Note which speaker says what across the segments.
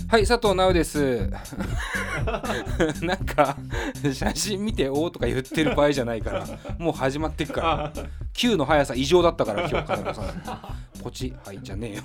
Speaker 1: はい、佐藤直ですなんか写真見ておーとか言ってる場合じゃないからもう始まってっからQ の速さ異常だったから今日金子さんポチはいじゃねえよ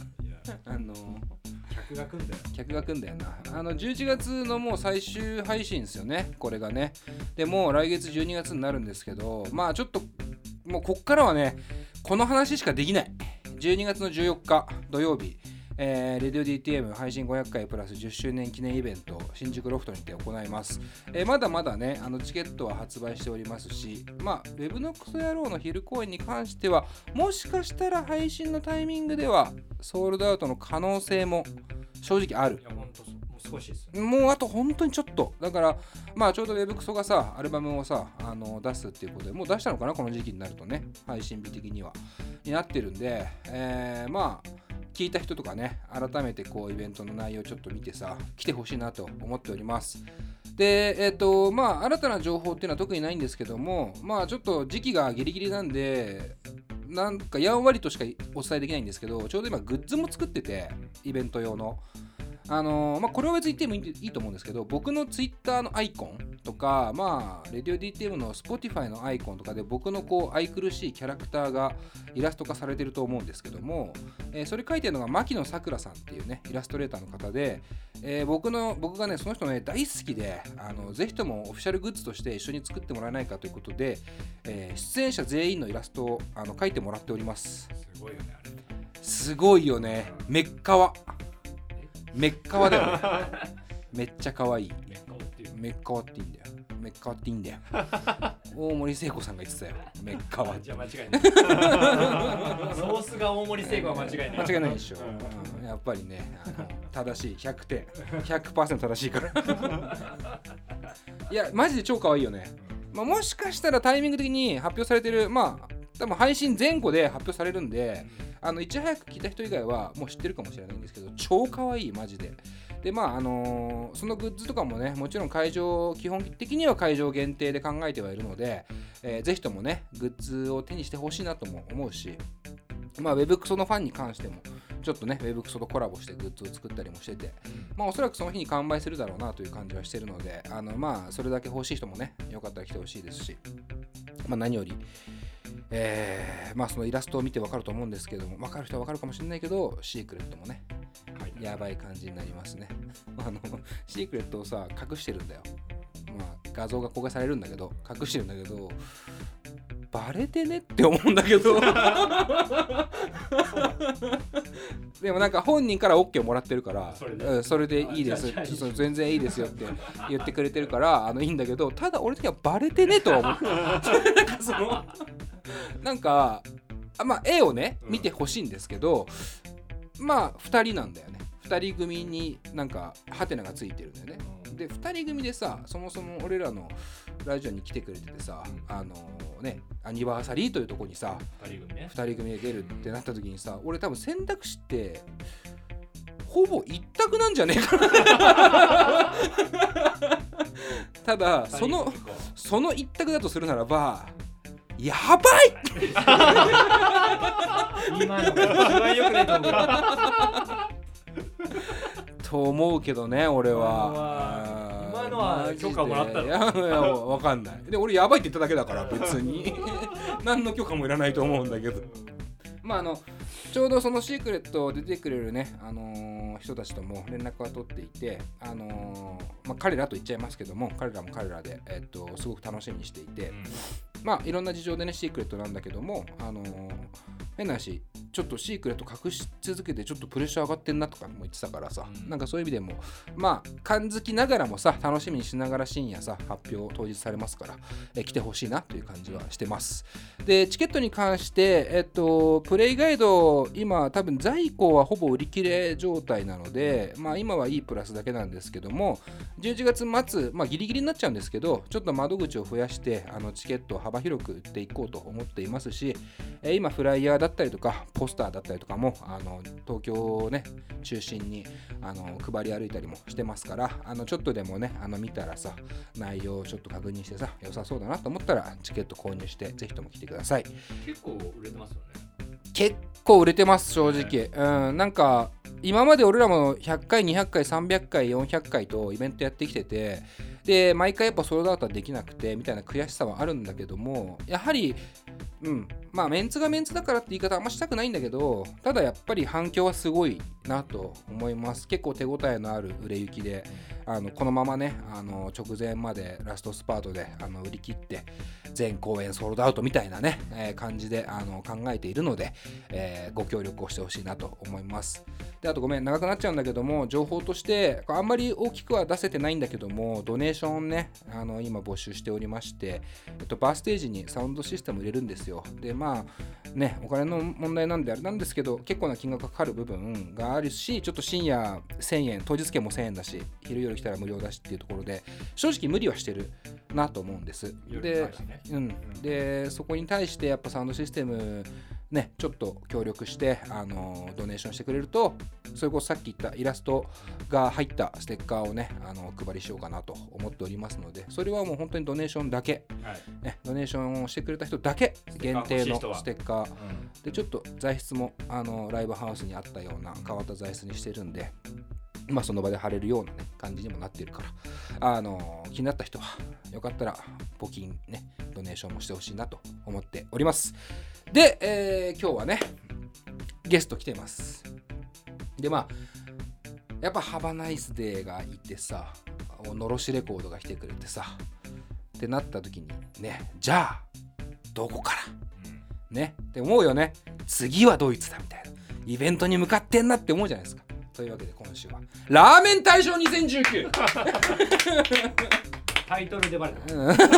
Speaker 1: 客が来んだよな。11月のもう最終配信ですよね、これがね。でもう来月12月になるんですけど、まあちょっともうこっからはねこの話しかできない。12月の14日土曜日、レディオ DTM 配信500回プラス10周年記念イベント新宿ロフトにて行います。まだまだねチケットは発売しておりますし、まあウェブのクソ野郎の昼公演に関してはもしかしたら配信のタイミングではソールドアウトの可能性も正直ある。
Speaker 2: いや本当もう少しですよね。
Speaker 1: もうあと本当にちょっとだから、まあちょうどウェブクソがさアルバムをさ出すっていうことでもう出したのかな、この時期になるとね、配信日的にはになってるんで、まあ聞いた人とかね改めてこうイベントの内容をちょっと見てさ来てほしいなと思っております。でまあ新たな情報っていうのは特にないんですけども、まあちょっと時期がギリギリなんでなんかやんわりとしかお伝えできないんですけど、ちょうど今グッズも作っててイベント用のまあこれは別に言ってもいいと思うんですけど、僕のツイッターのアイコンとか、まあレディオ DTM の Spotify のアイコンとかで僕のこう愛くるしいキャラクターがイラスト化されてると思うんですけども、それ書いてるのが牧野さくらさんっていうねイラストレーターの方で、僕がねその人ね大好きでぜひともオフィシャルグッズとして一緒に作ってもらえないかということで、出演者全員のイラストを描いてもらっております。
Speaker 2: すごいよねあれ。
Speaker 1: すごいよね。メッカワだよねめっちゃ可愛い。メッカワっていいんだよ。メッカワっていいんだよ大森聖子さんが言ってたよ、メッカワ
Speaker 2: じゃあ間違いないソースが大森聖子は間違いない。
Speaker 1: 間違いないでしょ、やっぱりね正しい100点 100% 正しいからいやマジで超可愛いよね。まあ、もしかしたらタイミング的に発表されてる、まあ多分配信前後で発表されるんで、いち早く聞いた人以外はもう知ってるかもしれないんですけど、超可愛いマジで。でまあそのグッズとかもねもちろん基本的には会場限定で考えてはいるので、ぜひともねグッズを手にしてほしいなとも思うし、まあウェブクソのファンに関してもちょっとねウェブクソとコラボしてグッズを作ったりもしてて、まあおそらくその日に完売するだろうなという感じはしてるので、まあそれだけ欲しい人もねよかったら来てほしいですし、まあ何よりまあそのイラストを見て分かると思うんですけども、分かる人は分かるかもしれないけどシークレットもねやばい感じになりますねシークレットをさ隠してるんだよ。まあ画像が公開されるんだけど隠してるんだけどバレてねって思うんだけどでもなんか本人から OK をもらってるからそれでいいです全然いいですよって言ってくれてるからいいんだけど、ただ俺的にはバレてねとは思ってなんかまあ絵をね見てほしいんですけど、まあ2人なんだよね。2人組になんかハテナがついてるんだよね。で2人組でさそもそも俺らのラジオに来てくれててさ、ねアニバーサリーというとこにさ2人組で出るってなった時にさ、俺多分選択肢ってほぼ一択なんじゃねえかなただその一択だとするならばやばい
Speaker 2: 今のが一番よくないと思う
Speaker 1: と思うけどね俺は。
Speaker 2: 今のは許可もらったの？
Speaker 1: いやわかんない。で俺やばいって言っただけだから別に何の許可もいらないと思うんだけど、まあちょうどそのシークレット出てくれるね人たちとも連絡は取っていて、まあ、彼らと言っちゃいますけども彼らも彼らですごく楽しみにしていて、まあいろんな事情でねシークレットなんだけども変な話ちょっとシークレット隠し続けてちょっとプレッシャー上がってんなとかも言ってたからさ、なんかそういう意味でもまあ感づきながらもさ楽しみにしながら深夜さ発表当日されますから、来てほしいなという感じはしてます。でチケットに関してプレイガイド今多分在庫はほぼ売り切れ状態なので、まあ今はいいプラスだけなんですけども11月末まあギリギリになっちゃうんですけどちょっと窓口を増やしてチケットを幅広く売っていこうと思っていますし、今フライヤーだったりとかポスターだったりとかも東京をね中心に配り歩いたりもしてますから、ちょっとでもね見たらさ内容をちょっと確認してさ良さそうだなと思ったらチケット購入してぜひとも来てください。
Speaker 2: 結構売れてますよね。
Speaker 1: 結構売れてます正直、なんか今まで俺らも100回200回300回400回とイベントやってきてて、で毎回やっぱソールドアウトはできなくてみたいな悔しさはあるんだけども、やはりまあメンツがメンツだからって言い方あんましたくないんだけど、ただやっぱり反響はすごいなと思います。結構手応えのある売れ行きで、このままね直前までラストスパートで売り切って全公演ソールドアウトみたいなね、感じで考えているので、ご協力をしてほしいなと思います。であとごめん長くなっちゃうんだけども、情報としてあんまり大きくは出せてないんだけども、ドネーションね今募集しておりまして、バーステージにサウンドシステム入れるんですよ。でまあねお金の問題なんであれなんですけど、結構な金額がかかる部分があるし、ちょっと深夜1000円当日券も1000円だし昼夜来たら無料だしっていうところで正直無理はしてるなと思うんです。でそこに対してやっぱサウンドシステムねちょっと協力してドネーションしてくれると、それこそさっき言ったイラストが入ったステッカーをねお配りしようかなと思っておりますので、それはもう本当にドネーションだけ、ドネーションをしてくれた人だけ限定のステッカーで、ちょっと材質もライブハウスにあったような変わった材質にしてるんで、まあその場で貼れるような、ね、感じにもなっているから、気になった人はよかったら募金ねドネーションもしてほしいなと思っております。で、今日はねゲスト来てます。でまあやっぱハバナイスデーがいてさ、のろしレコードが来てくれてさってなった時にね、じゃあどこから、ねって思うよね。次はドイツだみたいなイベントに向かってんなって思うじゃないですか。というわけで今週はラーメン大賞2019
Speaker 2: タイトルでバレた、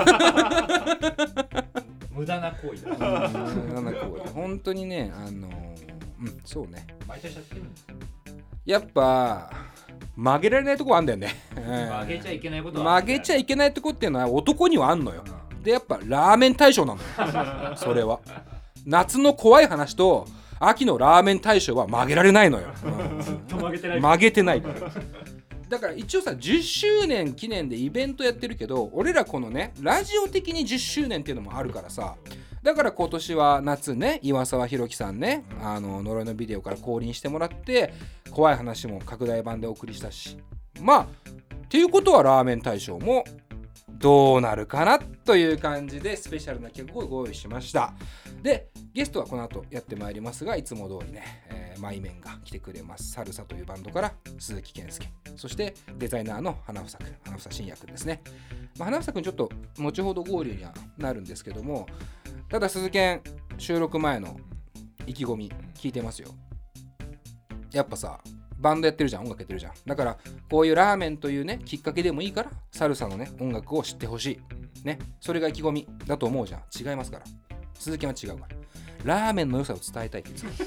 Speaker 2: 無駄な行為だ。
Speaker 1: 無駄な行為本当にねそうね、
Speaker 2: 毎年やってるんですよ。
Speaker 1: やっぱ曲げられないとこあんだよね。
Speaker 2: 曲げちゃいけないことは
Speaker 1: 曲げちゃいけないとこっていうのは男にはあんのよ。でやっぱラーメン大賞なのよそれは夏の怖い話と秋のラーメン大賞は曲げられないのよ。
Speaker 2: ずっと曲げてない。
Speaker 1: 曲げてないだから一応さ10周年記念でイベントやってるけど、俺らこのねラジオ的に10周年っていうのもあるからさ、だから今年は夏ね岩沢ひろきさんね呪いのビデオから降臨してもらって怖い話も拡大版でお送りしたし、まあっていうことはラーメン大賞もどうなるかなという感じでスペシャルな企画をご用意しました。でゲストはこの後やってまいりますが、いつも通りね、マイメンが来てくれます。サルサというバンドから鈴木健介、そしてデザイナーの花房真也くんですね。花房くんちょっと後ほど合流にはなるんですけども、ただ鈴健収録前の意気込み聞いてますよ。やっぱさバンドやってるじゃん、音楽やってるじゃん。だからこういうラーメンというねきっかけでもいいからサルサのね音楽を知ってほしいね、それが意気込みだと思うじゃん。違いますから、鈴木は違うからラーメンの良さを伝えたいって言って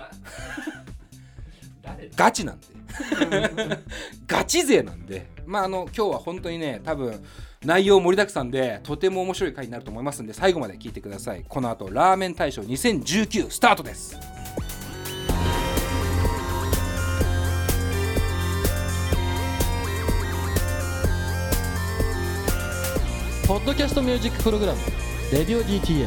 Speaker 1: たガチなんでガチ勢なんで、まあ今日は本当にね多分内容盛りだくさんでとても面白い回になると思いますんで、最後まで聞いてください。この後ラーメン大賞2019スタートです。
Speaker 3: ポッドキャストミュージックプログラムレディオ DTM。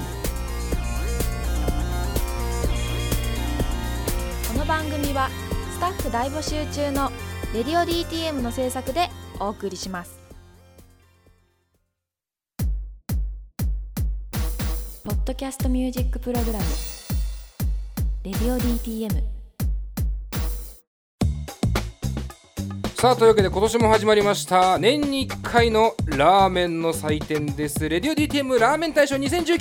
Speaker 4: この番組はスタッフ大募集中のレディオ DTM の制作でお送りします。ポッドキャストミュージックプログラムレディオ DTM。
Speaker 1: さあというわけで今年も始まりました年に1回のラーメンの祭典です。レディオ DTM ラーメン大賞2019。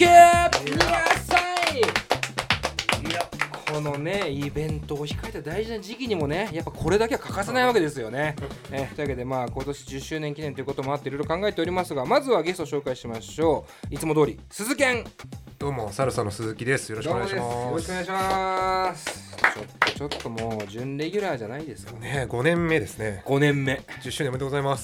Speaker 1: このねイベントを控えた大事な時期にもねやっぱこれだけは欠かせないわけですよね。というわけでまあ今年10周年記念ということもあっていろいろ考えておりますが、まずはゲストを紹介しましょう。いつも通り鈴健。
Speaker 5: どうもサルサの鈴木です。よろしくお願いします。
Speaker 1: よろしくお願いします。ちょっともう準レギュラーじゃないですか
Speaker 5: ね。5年目ですね。
Speaker 1: 5年目
Speaker 5: 10周年おめでとうございます。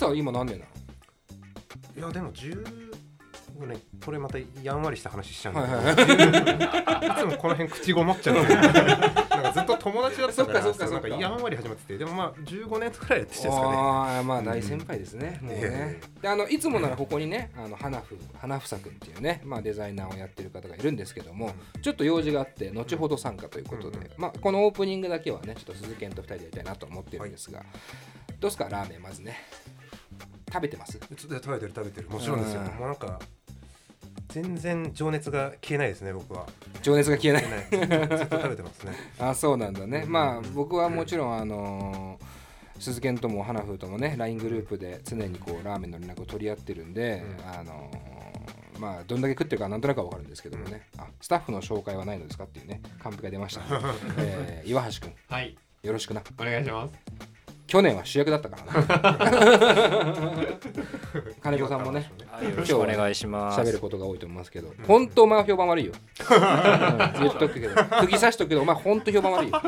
Speaker 1: ありがとうございます。サルサは今何年なの？
Speaker 5: いやでも10 ね、これまたやんわりした話しちゃうん
Speaker 1: はい
Speaker 5: だけど、いつもこの辺口ごもっちゃうなんかずっと友達だったから
Speaker 1: そっか
Speaker 5: なんかやんわり始まってて、でもまあ15年くらいやってきてるんですかね。
Speaker 1: まあ大先輩ですね、もうね。でいつもならここにね花房くんっていうね、まあ、デザイナーをやってる方がいるんですけども、ちょっと用事があって後ほど参加ということで、まあ、このオープニングだけはねちょっと鈴研と2人でやりたいなと思ってるんですが、どうですかラーメンまずね食べてます？
Speaker 5: 食べてるもちろんですよ。もうなんか全然情熱が消えないですね。僕は
Speaker 1: 情熱が消えない
Speaker 5: ずっと食べてますね。
Speaker 1: あ、そうなんだね。まあ僕はもちろん鈴研とも花風ともね LINE グループで常にこうラーメンの連絡を取り合ってるんで、まあどんだけ食ってるかなんとなくは分かるんですけどもね、スタッフの紹介はないのですかっていうねカンペが出ました、岩橋くん、
Speaker 2: はい、
Speaker 1: よろしくな。
Speaker 2: お願いします。
Speaker 1: 去年は主役だったからな金子さんもね
Speaker 6: よろしくお願いします。
Speaker 1: 喋ることが多いと思いますけど、本当お前は評判悪いよ、言っとくけど釘刺しとくけどお前本当評判悪いよ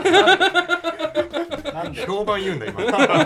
Speaker 5: 評判言うんだ今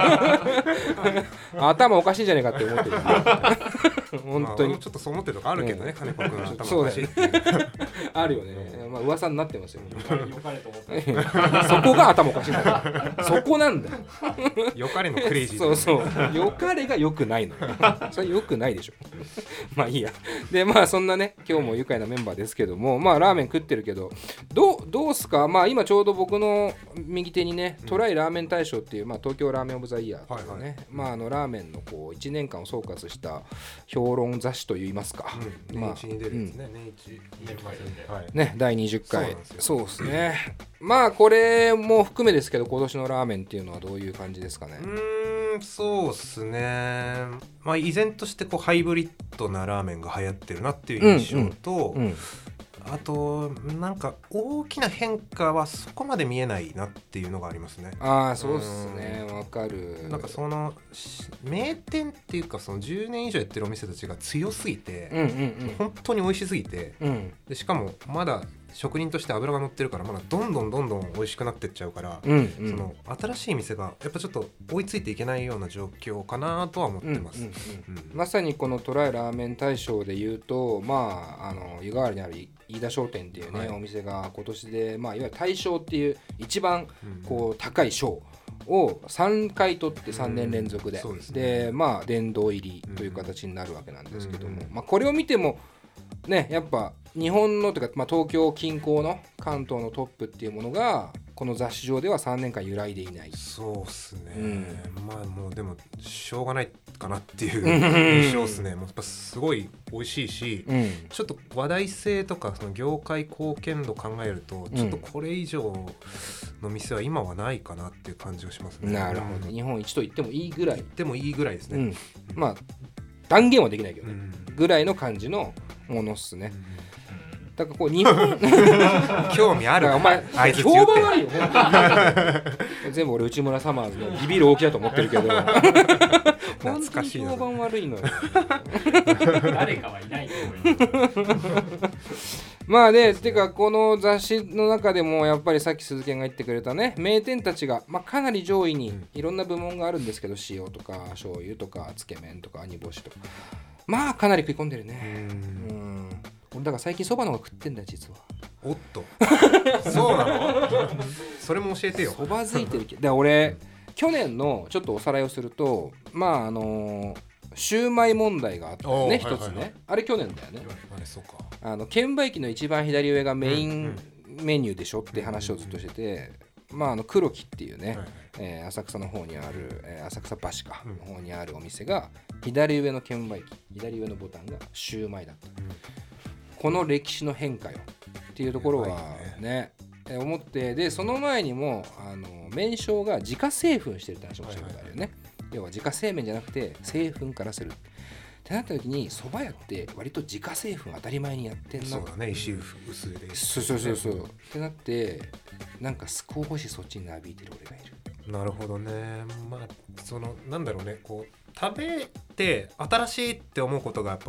Speaker 1: 頭おかしいんじゃねえかって思ってる本当に、
Speaker 5: ちょっとそう思ってるとかあるけどね、金子君の頭
Speaker 1: そうだよ
Speaker 5: おかしい
Speaker 1: ねあるよね、まあ噂になってますよ
Speaker 2: よかれと思った
Speaker 1: そこが頭おかしいんだからそこなんだよ
Speaker 5: よかれのクレイジー
Speaker 1: そうよかれが良くないのよそれ良くないでしょまあいいや。でまあそんなね今日も愉快なメンバーですけども、まあラーメン食ってるけどどうすか。まあ今ちょうど僕の右手にねトライラーメン大賞っていう、まあ、東京ラーメンオブザイヤーというね、まあラーメンのこう1年間を総括した評論雑誌といいますか、
Speaker 5: 年一に出るやつね、年一
Speaker 1: ね、第20回。
Speaker 5: そうなんですよ。
Speaker 1: そうですね。まあこれも含めですけど今年のラーメンっていうのはどういう感じですかね。
Speaker 5: そうっすね。まあ依然としてこうハイブリッドなラーメンが流行ってるなっていう印象と、あとなんか大きな変化はそこまで見えないなっていうのがありますね。
Speaker 1: ああそうっすね、わかる。
Speaker 5: なんかその名店っていうかその10年以上やってるお店たちが強すぎて、本当に美味しすぎて、でしかもまだ職人として油が乗ってるからまだどんどん美味しくなってっちゃうから、その新しい店がやっぱちょっと追いついていけないような状況かなとは思ってます。
Speaker 1: まさにこのトライラーメン大賞でいうと、まあ湯河原にある飯田商店っていうね、お店が今年で、まあ、いわゆる大賞っていう一番こう高い賞を3回取って3年連続で、でまあ殿堂入りという形になるわけなんですけども、まあ、これを見てもねやっぱ日本のというか、まあ、東京近郊の関東のトップっていうものがこの雑誌上では3年間揺らいでいない。
Speaker 5: そうっすね、まあもうでもしょうがないかなっていう印象っすね。もうやっぱすごい美味しいし、ちょっと話題性とかその業界貢献度考えるとちょっとこれ以上の店は今はないかなっていう感じがしますね。
Speaker 1: なるほど、日本一と言ってもいいぐらい
Speaker 5: でもいいぐらいですね、
Speaker 1: まあ断言はできないけどね、ぐらいの感じのものっすね。だからこう日本
Speaker 5: 興味ある
Speaker 1: お前評判悪いよ全部俺内村サマーズのビビる大きだと思ってるけど
Speaker 5: 懐かしいな。
Speaker 1: 評判悪いのよ
Speaker 2: 誰かはいないと思います
Speaker 1: まあね、てかこの雑誌の中でもやっぱりさっき鈴木が言ってくれたね名店たちが、まあ、かなり上位にいろんな部門があるんですけど、塩とか醤油とかつけ麺とか煮干しとかまあかなり食い込んでるね。俺だから最近そばの方が食ってんだよ実は。
Speaker 5: おっとそうなのそれも教えてよ。
Speaker 1: そばづいてるで俺去年のちょっとおさらいをすると、まあシューマイ問題があったね一つね、あれ去年だよね。
Speaker 5: あれそうか。
Speaker 1: 券売機の一番左上がメインメニューでしょって話をずっとしてて、まあ黒木っていうね、浅草の方にある、浅草橋かの方にあるお店が左上の券売機左上のボタンがシューマイだった、この歴史の変化よっていうところはね思って、でその前にも麺匠が自家製粉してるって話もしたことあるよね、要は自家製麺じゃなくて製粉からするってなった時に蕎麦屋って割と自家製粉当たり前にやってんな。
Speaker 5: そうだね、石臼で。
Speaker 1: そうってなってなんか少しそっちになびいてる俺がいる。
Speaker 5: なるほどね。まあそのなんだろうね、こう食べて新しいって思うことがやっぱ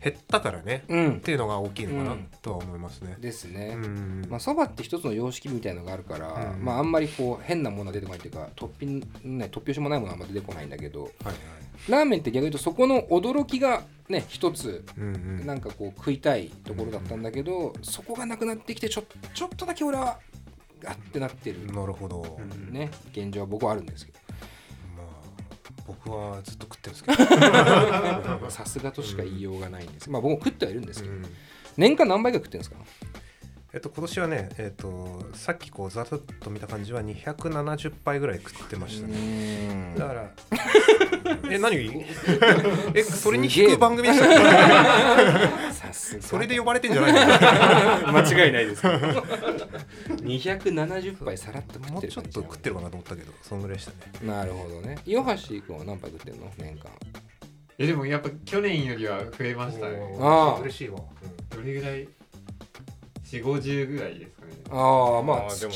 Speaker 5: 減ったからね、っていうのが大きいのかなとは思いますね。
Speaker 1: ですね。まあそばって一つの様式みたいなのがあるから、まああんまりこう変なものは出てこないっていうか、突拍子もないものはあんま出てこないんだけど、ラーメンって逆に言うとそこの驚きがね一つなんかこう食いたいところだったんだけど、そこがなくなってきてちょっとだけ俺はガッてなってる。
Speaker 5: なるほど。
Speaker 1: ね、現状は僕はあるんですけど。
Speaker 5: 僕はずっと食ってるんですけど
Speaker 1: さすがとしか言いようがないんですけど、まあ僕も食ってはいるんですけど、年間何杯か食ってるんですか？
Speaker 5: 今年はね、さっきこうざっと見た感じは270杯ぐらい食ってましたね。だから何それに引く番組でしたっけ？さすがそれで呼ばれてんじゃないの？
Speaker 1: 間違いないです270杯さらっと食ってる。
Speaker 5: もうちょっと食ってるかなと思ったけど、そんぐらいでしたね。
Speaker 1: なるほどね。岩橋君は何杯食ってるの年間？
Speaker 2: でもやっぱ去年よりは増えましたね。
Speaker 5: ああ嬉しいわ。
Speaker 2: どれぐらい？4、50ぐらいですかね。
Speaker 1: ああまあ月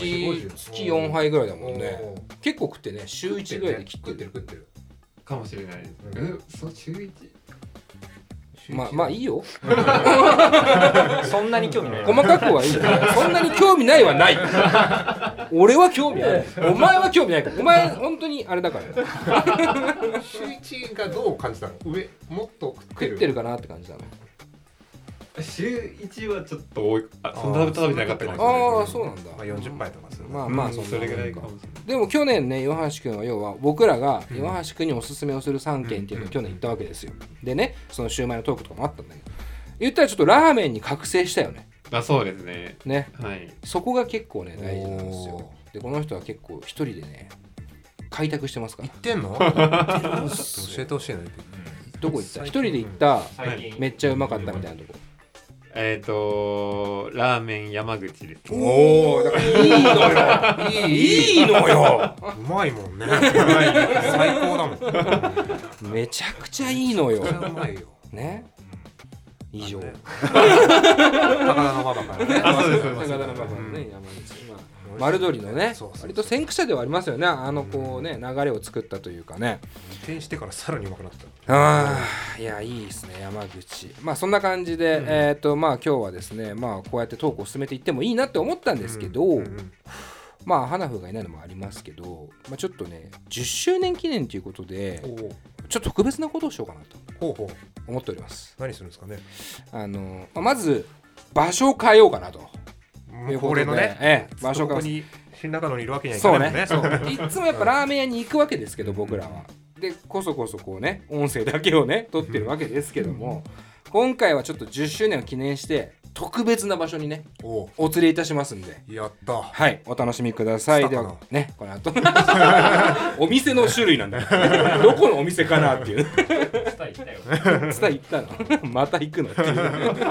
Speaker 1: 4杯ぐらいだもんね。結構食ってね、週1ぐらいで食ってる
Speaker 2: かもしれないです。そう週1。
Speaker 1: まあいいよ。
Speaker 3: そんなに興味ない。
Speaker 1: 細かくはいいよ。そんなに興味ないはない。俺は興味ある。お前は興味ないから。お前本当にあれだから。
Speaker 5: 週1がどう感じたの？もっと
Speaker 1: 食ってるかなって感じだね。
Speaker 2: 週1はちょっと多い。そんな食べてなかったかもしれない。
Speaker 1: ああそうなんだ。
Speaker 5: 40杯とかする。
Speaker 1: まあ
Speaker 2: それぐらいかもしれない。
Speaker 1: でも去年ね、岩橋君は要は僕らが岩橋君におすすめをする3件っていうのを去年言ったわけですよ。でね、そのシューマイのトークとかもあったんだけど、言ったらちょっとラーメンに覚醒したよね。
Speaker 2: そうですね。
Speaker 1: ね、
Speaker 2: はい。
Speaker 1: そこが結構ね大事なんですよ。でこの人は結構一人でね開拓してますから。
Speaker 5: 行ってんの？ちょっと教えてほしいな。
Speaker 1: どこ行った？一人で行っためっちゃうまかったみたいなとこ。
Speaker 2: ラーメン山口です。
Speaker 1: おお、だからいいのよ。いいのよ。
Speaker 5: うまいもんね。最高だもん。
Speaker 1: めちゃくちゃいいのよ。
Speaker 5: うまいよ。
Speaker 1: ね。以上。
Speaker 5: 高田の馬場からね。
Speaker 2: そうです。
Speaker 1: 高田の馬場のね、山口。丸鶏のね、割と先駆者ではありますよね。こうね流れを作ったというかね。
Speaker 5: 転してからさらにうまくなった。
Speaker 1: いやいいですね山口。まあそんな感じでまあ今日はですね、まあこうやってトークを進めていってもいいなって思ったんですけど、まあ花風がいないのもありますけど、まあちょっとね10周年記念ということでちょっと特別なことをしようかなと思っております。
Speaker 5: 何するんですかね。
Speaker 1: まず場所を変えようかなと。
Speaker 5: これのね、
Speaker 1: 場所が
Speaker 5: 新中野にいるわけにはいかないもんね。
Speaker 1: そうね。いつもやっぱラーメン屋に行くわけですけど僕らは。でこそこうね音声だけをね撮ってるわけですけども、今回はちょっと10周年を記念して特別な場所にねお連れいたしますんで。
Speaker 5: やった。
Speaker 1: はい、お楽しみください。ではねこの後お店の種類なんだ。どこのお店かなっていう。
Speaker 2: スタ行った
Speaker 1: の。また行くのっていう。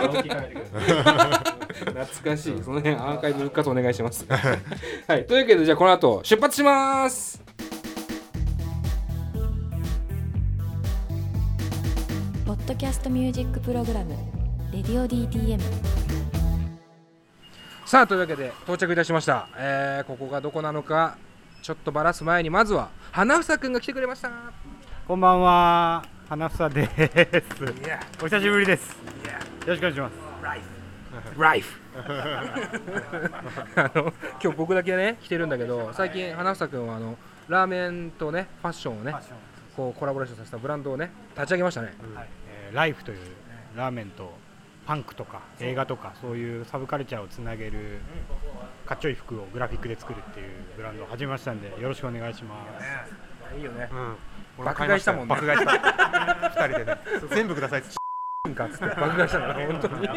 Speaker 1: 懐かしい。その辺アーカイブ復活お願いします。はい、というわけでじゃあこの後出発します。
Speaker 4: ポッドキャストミュージックプログラムレディオ DTM。
Speaker 1: さあというわけで到着いたしました。ここがどこなのかちょっとバラす前にまずは花房くんが来てくれました。
Speaker 6: こんばんは、花房です。お久しぶりです。よろしくお願いします。
Speaker 1: ライフ今日僕だけね来てるんだけど、最近花房くんはラーメンとねファッションをねこうコラボレーションさせたブランドをね立ち上げましたね。
Speaker 6: ライフというラーメンとパンクとか映画とかそういうサブカルチャーをつなげるかっちょいい服をグラフィックで作るっていうブランドを始めましたんでよろしくお願いします。
Speaker 1: いいよね。
Speaker 6: 爆買いしたもんね。爆買いした2人でね全部くださいって
Speaker 1: かっつって爆買いしたから本当に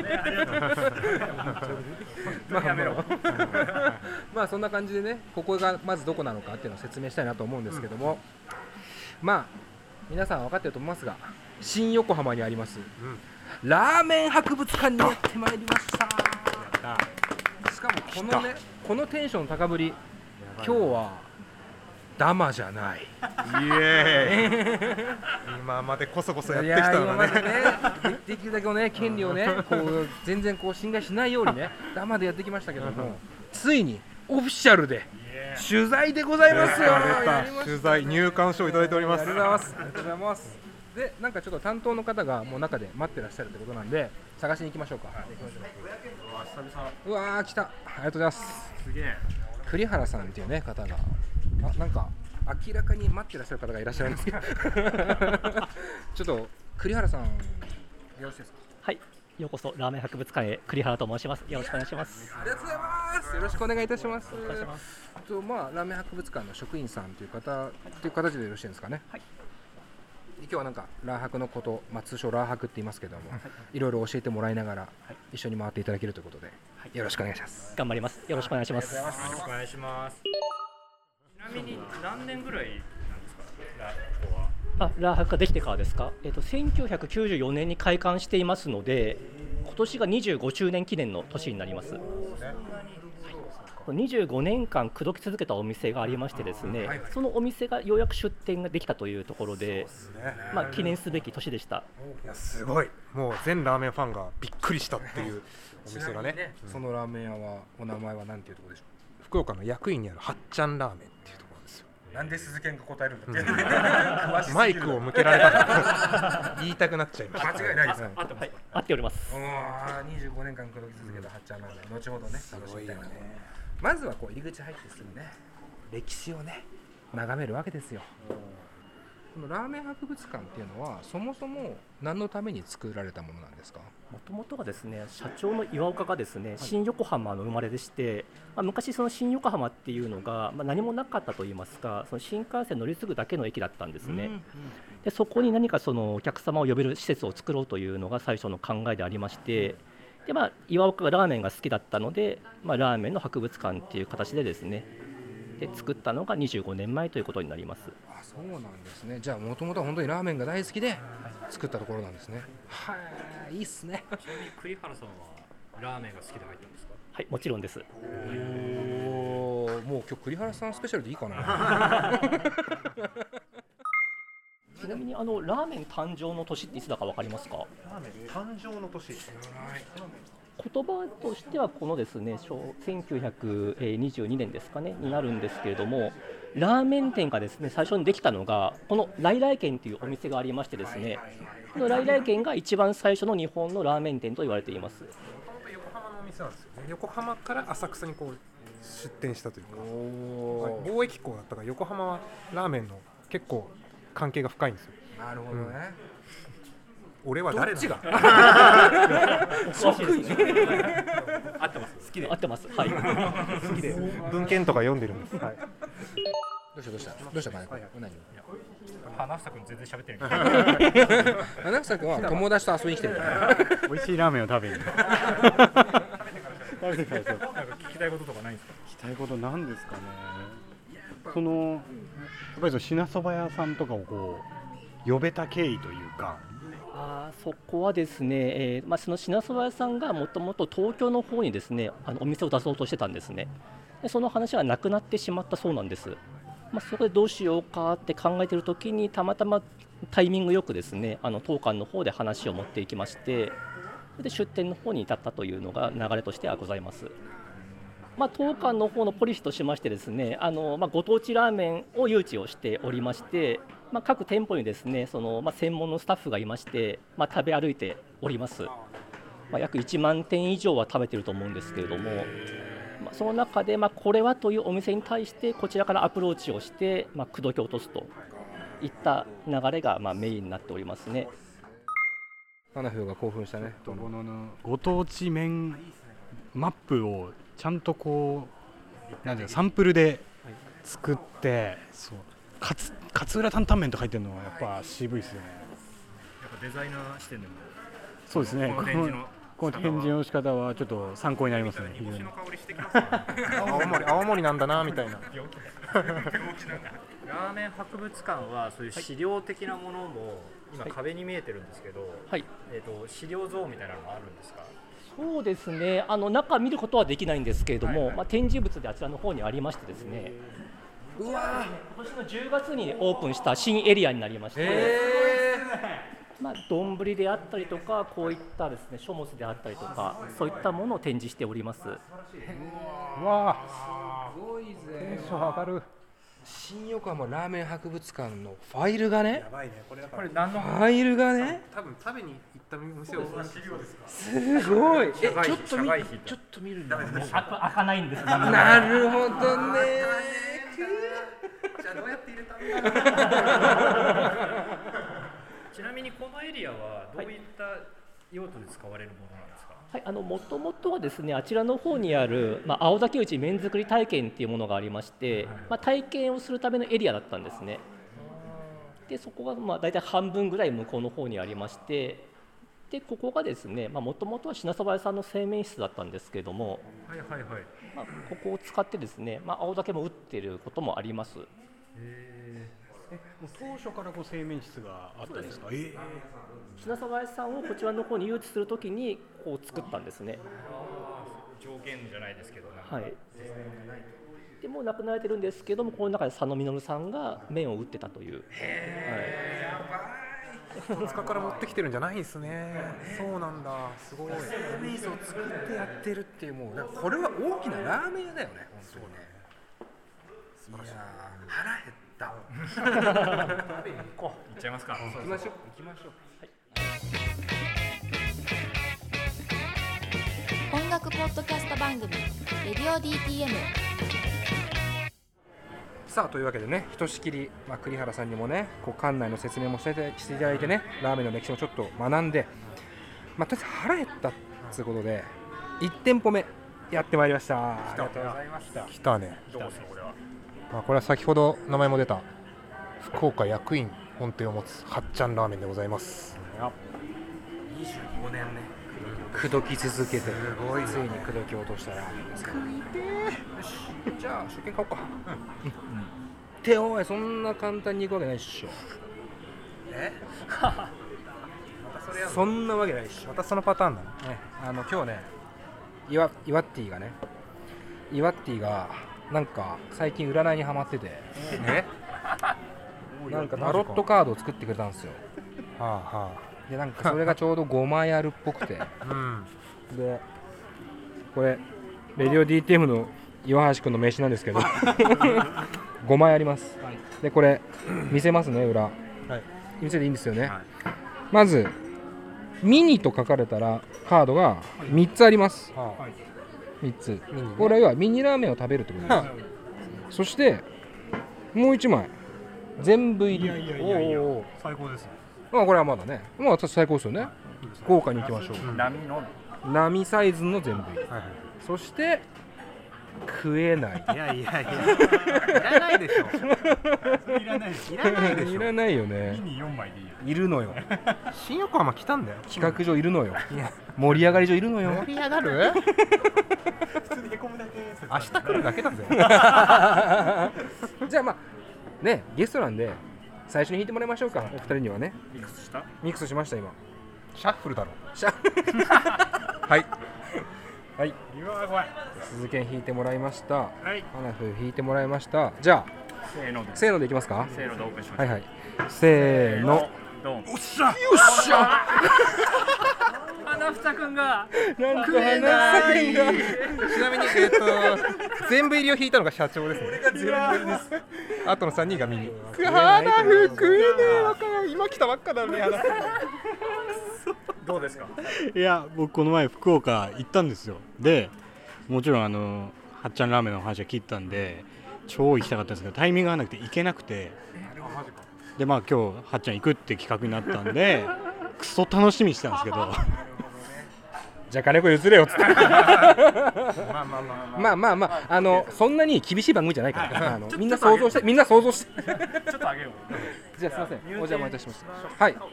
Speaker 1: まあそんな感じでね、ここがまずどこなのかっていうのを説明したいなと思うんですけども、まあ皆さん分かってると思いますが、新横浜にあります、ラーメン博物館にやってまいりました。しかもこのねこのテンション高ぶり、今日はダマじゃない。イエーイ
Speaker 5: 今までこそこそやってきたのね。
Speaker 1: できるだけね権利をねこう全然こう侵害しないようにねダマでやってきましたけども、ついにオフィシャルで取材でございますよ。
Speaker 5: 取材入館証いただいております。
Speaker 1: ありがとうございます。ありがとうございます。 でなんかちょっと担当の方がもう中で待ってらっしゃるってことなんで探しに行きましょうか。うわー来た、ありがとうございます。
Speaker 6: すげえ。
Speaker 1: 栗原さんっていうね方がなんか明らかに待ってらっしゃる方がいらっしゃるんですけどちょっと栗原さんよろしいですか。
Speaker 7: はい、ようこそラーメン博物館へ、栗原と申します。よろしくお願いします。
Speaker 1: ありがとうございます。よろしくお願いいたします。
Speaker 7: お願いします。
Speaker 1: ラーメン博物館の職員さんという方という形でよろしいですかね。
Speaker 7: はい。
Speaker 1: 今日はなんかラー博のこと、通称ラー博って言いますけども、いろいろ教えてもらいながら一緒に回っていただけるということで、よろしくお願いします。
Speaker 7: 頑張ります。よろしくお願いします。
Speaker 2: よろしくお願いします。ちなみに何年ぐらいなんですか、ラー博は。
Speaker 7: ラー博ができてからですか。1994年に開館していますので、今年が25周年記念の年になります。25年間口説き続けたお店がありましてですね、そのお店がようやく出店ができたというところで、記念すべき年でした。
Speaker 5: いやすごい、もう全ラーメンファンがびっくりしたっていうお店がね。
Speaker 1: そのラーメン屋はお名前は何ていうところでしょう。
Speaker 5: 福岡の薬院にあるはっちゃんラーメンっていうところなんですよ。
Speaker 1: なんで鈴研が答えるんだって、
Speaker 5: マイクを向けられたから言いたくなっちゃいました。
Speaker 1: 間違いないです。
Speaker 7: 合っております。
Speaker 1: 25年間口説き続けたはっちゃんラーメン、後ほどね楽しみたいな。まずはこう入り口入ってすぐね、歴史をね眺めるわけですよ。このラーメン博物館っていうのはそもそも何のために作られたものなんですか。
Speaker 7: もともとはですね、社長の岩岡がですね、新横浜の生まれでして、昔その新横浜っていうのが、何もなかったといいますか、その新幹線乗り継ぐだけの駅だったんですね。でそこに何かそのお客様を呼べる施設を作ろうというのが最初の考えでありまして、で岩岡がラーメンが好きだったので、ラーメンの博物館っていう形でですね、で作ったのが25年前ということになります。
Speaker 1: そうなんですね。じゃあもともとは本当にラーメンが大好きで作ったところなんですね。はい、いいっすね。
Speaker 2: ちなみに栗原さんはラーメンが好きで入ったんですか。
Speaker 7: はい、もちろんです。
Speaker 1: もう今日栗原さんスペシャルでいいかな
Speaker 7: ちなみにラーメン誕生の年っていつだか分かりますか。
Speaker 5: ラーメン誕生の年、
Speaker 7: 言葉としてはこのですね、1922年ですかねになるんですけれども、ラーメン店がですね最初にできたのがこの来来軒というお店がありましてですね、この来来軒が一番最初の日本のラーメン店と言われています。
Speaker 5: 横浜のお店なんですよね。横浜から浅草にこう出店したというか、貿易港だったから横浜はラーメンの結構関係が深いんですよ。
Speaker 1: なるほどね。
Speaker 5: 俺は誰だ。
Speaker 1: どっちが
Speaker 7: 即位
Speaker 2: 合ってます。
Speaker 7: 好きで合ってます。はい。
Speaker 5: 好きで文献とか読んでるんです。はい。
Speaker 1: どうしたかね。何？
Speaker 2: 花房君全然喋ってない。
Speaker 1: 花房君は友達と遊びに来てるから。
Speaker 6: 美味しいラーメンを食べに。食べてからですよ。
Speaker 2: なんか聞きたいこととかないんですか。
Speaker 6: 聞きたいことなんですかね。やっぱり品そば屋さんとかをこう呼べた経緯というか。
Speaker 7: そこはですね、その品そば屋さんがもともと東京の方にですねお店を出そうとしてたんですね。でその話はなくなってしまったそうなんです。そこでどうしようかって考えているときにたまたまタイミングよくですね当館の方で話を持っていきまして、で出店の方に至ったというのが流れとしてはございます。当館の方のポリシーとしましてですね、ご当地ラーメンを誘致をしておりまして、各店舗にですね専門のスタッフがいまして、食べ歩いております。約1万店以上は食べていると思うんですけれども、その中でこれはというお店に対してこちらからアプローチをして口説き落とすといった流れがメインになっておりますね。
Speaker 1: 花風が興奮したね。
Speaker 6: このご当地麺マップをちゃんとこうなんていうかサンプルで作って、そう勝浦担々麺と書いてるのはやっぱ渋いですよね。
Speaker 2: やっぱデザイナー視点でも。
Speaker 6: そうですね。この展示の仕方はちょっと参考になりますね。
Speaker 2: 煮干しの香りしてきますね。
Speaker 5: 青森なんだなみたいな。
Speaker 2: ラーメン博物館はそういう資料的なものも今壁に見えてるんですけど、資料像みたいなのもあるんですか。
Speaker 7: そうですね、中見ることはできないんですけれども、展示物であちらの方にありましてですね、今年の10月にオープンした新エリアになりまして、丼であったりとかこういったですね書物であったりとかそういったものを展示しております。
Speaker 5: わあ、すごいぜ。テンション上がる。
Speaker 1: 新横浜ラーメン博物館のファイルがね、
Speaker 6: やばいね、これだか
Speaker 2: こ
Speaker 6: ら
Speaker 2: れ何の
Speaker 1: ファイルがね、
Speaker 5: 多分食べに行った店を
Speaker 1: すごい。ちょっと
Speaker 2: 社外費
Speaker 1: ちょっと見るんだ。
Speaker 7: 開かないんです。
Speaker 1: なるほどね。
Speaker 5: じゃあどうやって入れたんだ
Speaker 2: ちなみにこのエリアはどういった用途で使われるものなんですか？
Speaker 7: はい、もともとはですね、あちらの方にある、青竹内麺作り体験っていうものがありまして、体験をするためのエリアだったんですね。でそこが大体半分ぐらい向こうの方にありまして、でここがですね、もともとは品そば屋さんの製麺室だったんですけれども、
Speaker 2: はいはいはい。
Speaker 7: ここを使ってですね、青竹も打っていることもあります。
Speaker 6: もう当初からこう製麺室があったんですか？
Speaker 7: 品そば屋さんをこちらの方に誘致するときにこう作ったんですね。
Speaker 2: 条件じゃないですけど、
Speaker 7: はい。でもう亡くなられてるんですけども、この中で佐野実さんが麺を打ってたという。
Speaker 5: 戸塚から持ってきてるんじゃないんですね。そうなんだ、すごい。
Speaker 1: 製麺室を作ってやってるっていう、もうなんかこれは大きなラーメン屋だよね、本当にね。いや腹減った。
Speaker 2: 食べに行こう。行っちゃいますか。
Speaker 1: 行きましょう。
Speaker 4: 音楽ポッドキャスト番組レディオ DTM。
Speaker 1: さあというわけでね、ひとしきり、栗原さんにもね、こう館内の説明もしていただいてね、ラーメンの歴史もちょっと学んで、とりあえず腹減ったっていうことで1店舗目やってまいりました。ありがとうございました。
Speaker 5: 来たね。
Speaker 2: どうですかこれは。
Speaker 5: これは先ほど名前も出た福岡薬院本店を持つはっちゃんラーメンでございます。
Speaker 1: 25年ね、口説き続けて、ついに口説き落としたラーメンですから。よし、じゃあ食券買おうか。っておい、そんな簡単にいくわけないっしょ。そんなわけないっしょ。
Speaker 5: またそのパターンだね。
Speaker 1: 今日ね、イワッティがなんか最近占いにハマってて、なんかタロットカードを作ってくれたんですよ。でなんかそれがちょうど5枚あるっぽくて、でこれレディオ DTM の岩橋君の名刺なんですけど5枚あります。でこれ見せますね、裏、見せていいんですよね。まずミニと書かれたらカードが3つあります。3つ。これはミニラーメンを食べるってことです。そしてもう1枚全部入り。
Speaker 6: 最高ですね。
Speaker 1: これはまだね、最高ですよね。豪華にいきましょう。波サイズの全部入り。そして食えない。
Speaker 5: いらないでしょ。
Speaker 6: いらないでしょ。
Speaker 1: いらないよね。
Speaker 6: ミニ4枚でいいよ。
Speaker 1: いるのよ。
Speaker 5: 新横浜来たんだよ。
Speaker 1: 企画上いるのよ。盛り上がり上いるのよ。
Speaker 5: 盛り上がる？
Speaker 6: 普通にへこむだけ。
Speaker 5: 明日来るだけだぜ。
Speaker 1: じゃあね、ゲストなんで最初に弾いてもらいましょうか。お二人にはね。ミックスしました今。
Speaker 5: シャッフルだろ。
Speaker 1: はい。
Speaker 6: うわ怖い。
Speaker 1: 鈴剣弾いてもらいました。花風弾いてもらいました。じゃあせーのでいきますか。
Speaker 2: せーのでオープンしましょう。
Speaker 1: せーの。
Speaker 2: ドン。
Speaker 1: よっしゃ。
Speaker 2: 花房くんが
Speaker 1: なんと花房くんが。
Speaker 5: ちなみに全部入りを引いたのが社長ですね。あとの3人がミニ。花風食えねえわかんない。今来たばっかだね。
Speaker 2: どうですか？
Speaker 6: いや、僕この前福岡行ったんですよ。でもちろんはっちゃんラーメンの話は聞いたんで超行きたかったんですけど、タイミングがなくて行けなくて、で今日はっちゃん行くって企画になったんでクソ楽しみにしてたんですけど
Speaker 1: じゃあ金子譲れよっつってそんなに厳しい番組じゃないからみんな想像してちょっと
Speaker 2: あげよう。
Speaker 1: じゃあすいません、お邪魔いたしました。はい。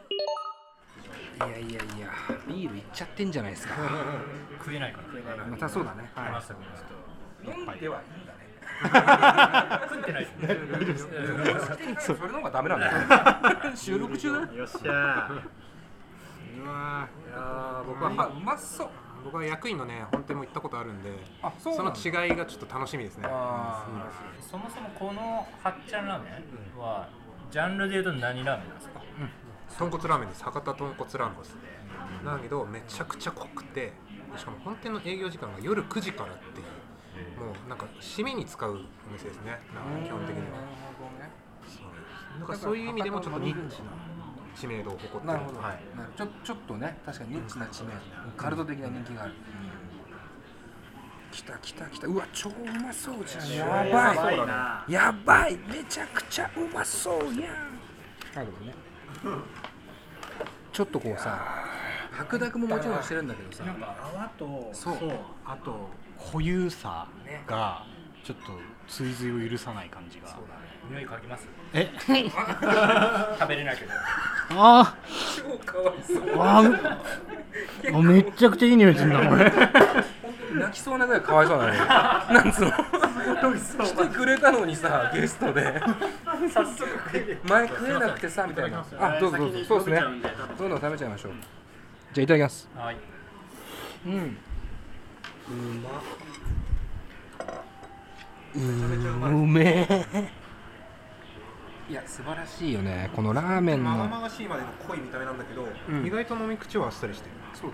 Speaker 1: いやビールいっちゃってんじゃないですか。
Speaker 2: 食えないから。
Speaker 1: またそうだね。飲んではいいんだね。
Speaker 2: 食ってない。
Speaker 1: それの方がダメなんだよ。収録中だ。
Speaker 2: よっしゃ。
Speaker 1: 僕はうまそう。
Speaker 5: 僕は薬院のね本店も行ったことあるんで、
Speaker 1: そ
Speaker 5: の違いがちょっと楽しみですね。
Speaker 2: そもそもこのはっちゃんラーメンはジャンルでいうと何ラーメンなんですか？
Speaker 5: 豚骨ラーメンです。博多豚骨ラーメンです。だけどめちゃくちゃ濃くて、しかも本店の営業時間が夜9時からっていうもうなんか締めに使うお店ですね。基本的には。なんかそういう意味でもちょっとニッチな知名度を誇ってる。
Speaker 1: なるほど。ちょっとね、確かにニッチな知名度、カルト的な人気がある。来た。うわ、超うまそうじゃん。やばい。めちゃくちゃうまそうやん。なるほどね。ちょっとこうさ、白濁ももちろんしてるんだけどさ、
Speaker 6: なんか泡と
Speaker 1: そう
Speaker 6: あと固有さがちょっと追随を許さない感じが。
Speaker 2: 匂い嗅ぎます？
Speaker 6: え？
Speaker 2: 食べれないけど。
Speaker 6: あ
Speaker 1: 超かわいそう。
Speaker 6: めっちゃくちゃいい匂いするなこれ。
Speaker 1: 泣きそうなぐらいかわいそうなのよ。なんつうの。来てくれたのにさ、ゲストで
Speaker 2: 早速
Speaker 1: 前食えなくてさみたいな。あ、どうぞ。そうですね。そういうの食べちゃいましょう。じゃあいただきます。
Speaker 2: はい。
Speaker 1: うめえ。いや素晴らしいよね。このラーメンの
Speaker 5: まがまがしいまでの濃い見た目なんだけど、意外と飲み口はあっさりしてる。
Speaker 1: そうだ。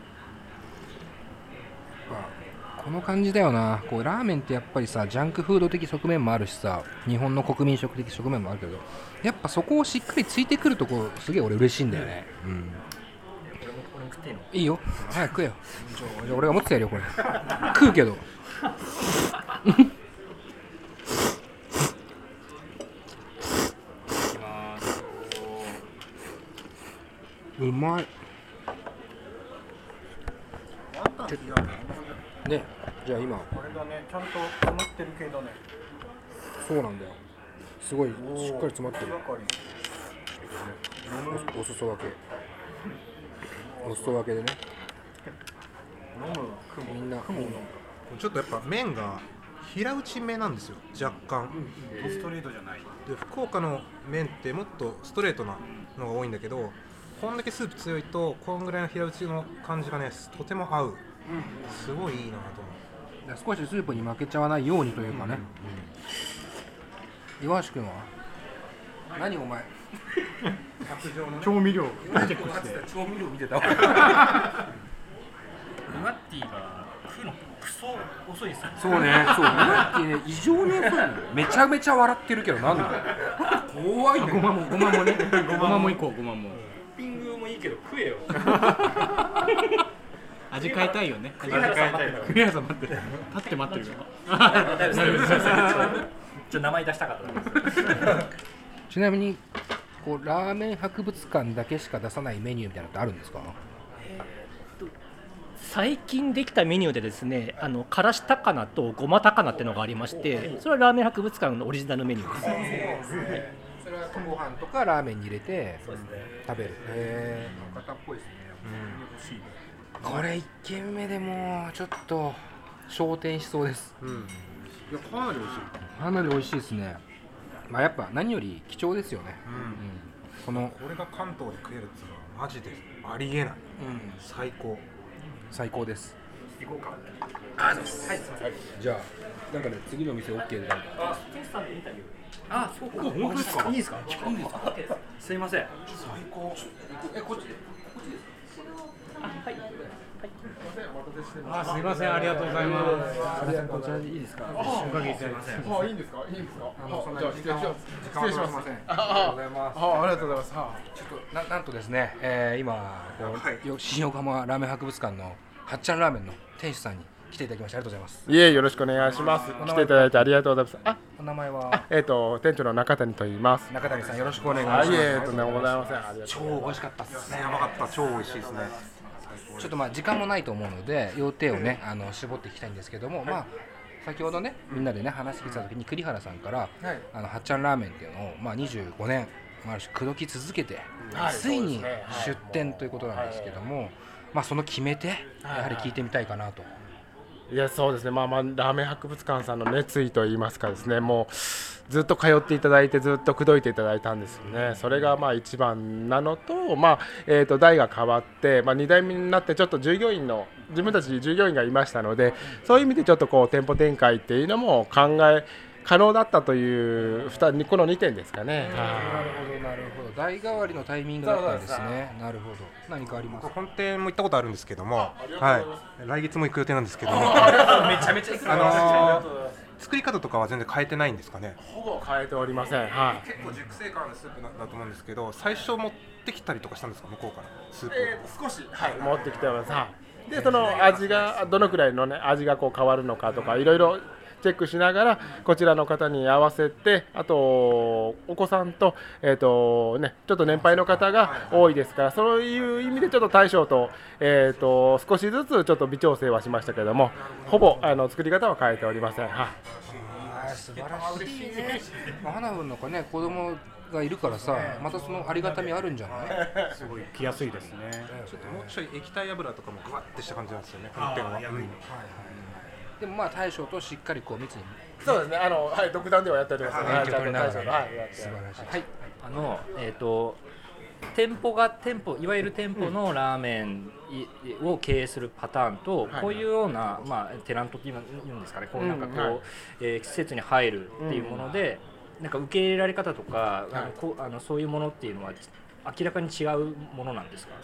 Speaker 1: この感じだよな。こうラーメンってやっぱりさ、ジャンクフード的側面もあるしさ、日本の国民食的側面もあるけど、やっぱそこをしっかりついてくるとこすげえ俺嬉しいんだよね。
Speaker 2: 俺も食っていいの？
Speaker 1: いいよ。早く食えよ。じゃあ俺が持ってやるよこれ。食うけど。うまい。ね、じゃあ今
Speaker 6: これがね、ちゃんと詰まってる系だね。
Speaker 1: そうなんだよ。すごいしっかり詰まってる。お裾分け。お裾分けでね。みんな
Speaker 5: ちょっとやっぱ麺が平打ち目なんですよ。若干。
Speaker 6: ストレートじゃない。
Speaker 5: で福岡の麺ってもっとストレートなのが多いんだけど、こんだけスープ強いとこんぐらいの平打ちの感じがね、とても合う。すごいいいなと思う。
Speaker 1: 少しスープに負けちゃわないようにというかね。岩橋君は何お前
Speaker 6: 調味料チェックして。
Speaker 1: 調味料見てたわ。
Speaker 2: ウマッティが食うのクソ遅いですよ。
Speaker 1: そうね、そうウマッティね、異常に遅いのよ。めちゃめちゃ笑ってるけどなんだよ。怖いね。
Speaker 6: ごまもね。ごまもいこう、ごまも。
Speaker 2: トッピングもいいけど食えよ。
Speaker 6: 味変えたいよね。
Speaker 2: 栗原さん待ってる。
Speaker 6: 栗原さん待ってる。立って待ってるから。
Speaker 2: 大丈夫です。名前出したかったです。
Speaker 1: ちなみにこうラーメン博物館だけしか出さないメニューみたいなのってあるんですか？
Speaker 7: 最近できたメニューでですね、からし高菜とごま高菜っていうのがありまして、それはラーメン博物館のオリジナルメニューです。
Speaker 1: それはご飯とかラーメンに入れて食べる。博多っぽいですね。これ1軒目でもちょっと昇天しそうです。
Speaker 5: いやかなり美味しい。
Speaker 1: かなり美味しいですね。まあやっぱ何より貴重ですよね。これ
Speaker 5: が関東で食えるっていうのはマジでありえない。最高です。
Speaker 1: 行こうか。ありがとうございます。はい、じゃあなんかね、次の店 OK で。
Speaker 2: あ、テスさんのインタビュー。あ、そうか。本当ですか。いいですか。すいません。
Speaker 1: 最高。こっち。
Speaker 7: はい。
Speaker 6: あ、すいません、ありがとうございます。
Speaker 1: こちらでいいですか。
Speaker 6: すいません。
Speaker 8: あ、いいんですか。
Speaker 1: じゃあ失
Speaker 8: 礼します。ありがとうございます。ちょ
Speaker 1: っとなんとですね、今新横浜ラーメン博物館のはっちゃんラーメンの店主さんに来ていただきましてありがとうございます。
Speaker 8: いえ、よろしくお願いします。来ていただいてありがとうございます。
Speaker 1: お名前は？
Speaker 8: 店長の中谷と言います。
Speaker 1: 中谷さん、よろしくお願いします。
Speaker 8: いえ、とんでもございません。
Speaker 1: 超美味しかったですね。
Speaker 5: やばかった。超美味しいですね。
Speaker 1: ちょっと時間もないと思うので要点をね絞っていきたいんですけども、先ほどねみんなでね話してきた時に栗原さんからはっちゃんラーメンっていうのを25年ある種口説き続けてついに出店ということなんですけども、その決め手やはり聞いてみたいかなと。
Speaker 8: いや、そうですね。ラーメン博物館さんの熱意といいますかですね、もうずっと通っていただいてずっと口説いていただいたんですよね。それが一番なのと、代が変わって、2代目になってちょっと自分たち従業員がいましたので、そういう意味でちょっと店舗展開っていうのも可能だったというこの2点ですかね。
Speaker 1: なるほど。 代替わりのタイミングだったんですね。なるほど。何かありますか？
Speaker 5: 本店も行ったことあるんですけども、はい、来月も行く予定なんですけども
Speaker 2: めちゃめちゃ行く
Speaker 5: 作り方とかは全然変えてないんですかね？
Speaker 8: ほぼ変えておりません。はい。
Speaker 5: 結構熟成感のスープだと思うんですけど、最初持ってきたりとかしたんですか、向こうからスープ、
Speaker 8: 少し、はい、持ってきてます。はい。でその味がどのくらいのね味がこう変わるのかとかいろいろチェックしながらこちらの方に合わせて、あとお子さんとちょっと年配の方が多いですから、そういう意味でちょっと大将と少しずつちょっと微調整はしましたけども、ほぼ作り方は変えておりません。はい。
Speaker 1: 素晴らしいね。花分なんかね子供がいるからさ、またそのありがたみあるんじゃない？
Speaker 6: すごい来やすいですね。
Speaker 5: ちょっともうちょい液体油とかもグワッてした感じなんですよね、本店は。
Speaker 1: でもまあ大将としっかりこう密に。
Speaker 8: そうですね。はい、独断ではやっておりますね。
Speaker 1: はい、ちゃんと大将
Speaker 8: はい、
Speaker 1: 素晴らしい。
Speaker 2: はい。店舗いわゆる店舗のラーメンを経営するパターンと、こういうようなテナントっていうんですかね、こうなんかこう施設に入るっていうもので、なんか受け入れられ方とかそういうものっていうのは明らかに違うものなんですか？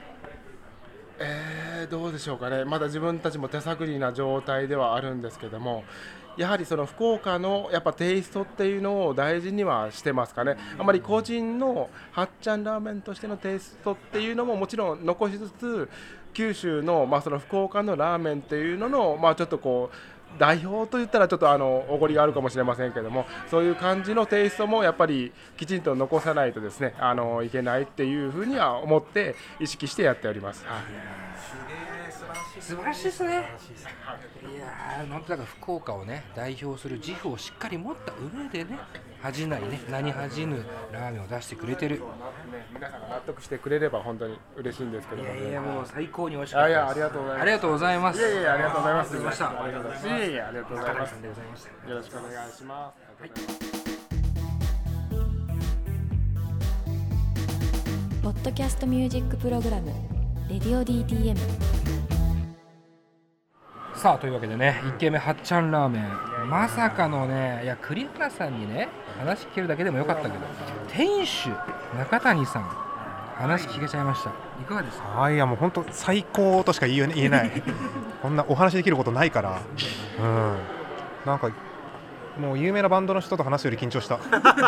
Speaker 8: どうでしょうかね。まだ自分たちも手探りな状態ではあるんですけども、やはりその福岡のやっぱテイストっていうのを大事にはしてますかね。あまり個人のはっちゃんラーメンとしてのテイストっていうのももちろん残しつつ、九州のその福岡のラーメンっていうののちょっとこう代表といったらちょっとおごりがあるかもしれませんけども、そういう感じのテイストもやっぱりきちんと残さないとですねいけないっていうふうには思って意識してやっております。はい、
Speaker 1: 素晴らしいですね。いやー、なんとなく福岡をね代表する自負をしっかり持った上でね、恥じないね、何恥じぬラーメンを出してくれてる。
Speaker 8: 皆さんが納得してくれれば本当に嬉しいんですけども、
Speaker 1: いやもう最高に美味しかったです。
Speaker 8: ありがとうございます。
Speaker 1: ありがとうございます。
Speaker 8: いやいやありがとうございます。
Speaker 1: ありがとうございました。
Speaker 8: ありがとうございます。いやいやありがとうございます。
Speaker 1: よ
Speaker 8: ろしくお願いします。はい。
Speaker 4: ポッドキャストミュージックプログラムレディオ DTM。
Speaker 1: さあというわけでね、1軒目はっちゃんラーメン、まさかのね、いや栗原さんにね話聞けるだけでもよかったけど、店主中谷さん話聞けちゃいました。いかがですか？
Speaker 5: いやもう本当最高としか言えないこんなお話できることないから、なんかもう有名なバンドの人と話すより緊張した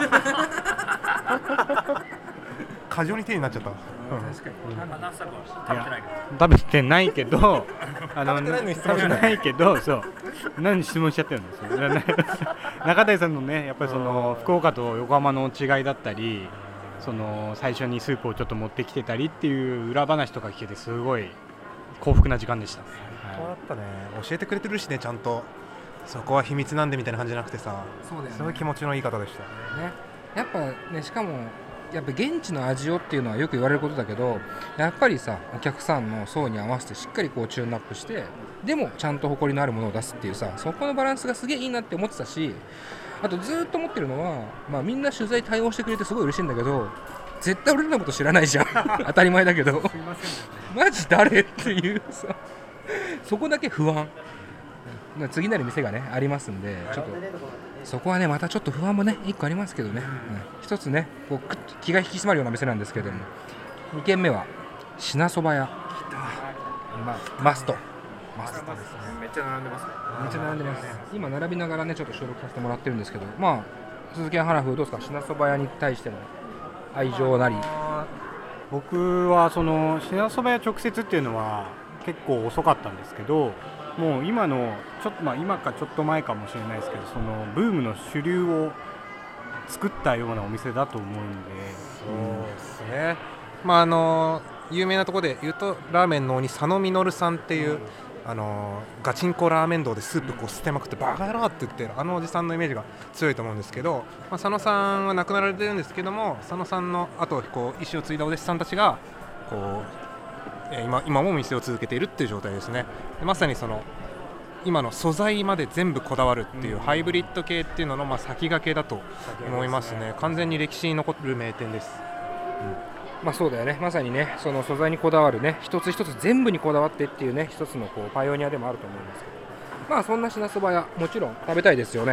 Speaker 5: 過剰に手になっちゃった。
Speaker 2: 確かに
Speaker 6: 食べてないけど食べてないけどそう何質問しちゃってるんですよ中谷さんのね、やっぱりその福岡と横浜の違いだったり、その最初にスープをちょっと持ってきてたりっていう裏話とか聞けてすごい幸福な時間でした。
Speaker 5: そうだったね。教えてくれてるしね、ちゃんとそこは秘密なんでみたいな感じじゃなくてさ、
Speaker 1: そうだよね、
Speaker 5: すごい気持ちのいい方でした
Speaker 1: ね。やっぱね、しかもやっぱ現地の味をっていうのはよく言われることだけど、やっぱりさお客さんの層に合わせてしっかりこうチューンアップして、でもちゃんと誇りのあるものを出すっていうさ、そこのバランスがすげえいいなって思ってたし、あとずっと思ってるのは、みんな取材対応してくれてすごい嬉しいんだけど、絶対俺らのこと知らないじゃん当たり前だけどマジ誰っていうさ、そこだけ不安。次なる店がねありますんで、ちょっとそこはねまたちょっと不安もね1個ありますけどね、一つねこう気が引き締まるような店なんですけども、2軒目は品そば屋、マストですね。
Speaker 2: めっちゃ並んでますね。
Speaker 1: めっちゃ並んでます。今並びながらねちょっと収録させてもらってるんですけど、鈴木花風どうですか、品そば屋に対しての愛情なり。
Speaker 6: 僕はその品そば屋直接っていうのは結構遅かったんですけど、もう今のちょっと今かちょっと前かもしれないですけど、そのブームの主流を作ったようなお店だと思うんで。
Speaker 5: そうですね。有名なところで言うとラーメンの鬼佐野実さんっていう、ガチンコラーメン道でスープこう捨てまくってバカ野郎って言ってるおじさんのイメージが強いと思うんですけど、佐野さんは亡くなられてるんですけども、佐野さんの後こう意思を継いだお弟子さんたちがこう今も店を続けているっていう状態ですね。でまさにその今の素材まで全部こだわるっていうハイブリッド系っていうのの先駆けだと思いますね。完全に歴史に残る名店です。
Speaker 1: そうだよね、まさにねその素材にこだわるね、一つ一つ全部にこだわってっていうね、一つのこうパイオニアでもあると思いますけど、そんな品そば屋もちろん食べたいですよね。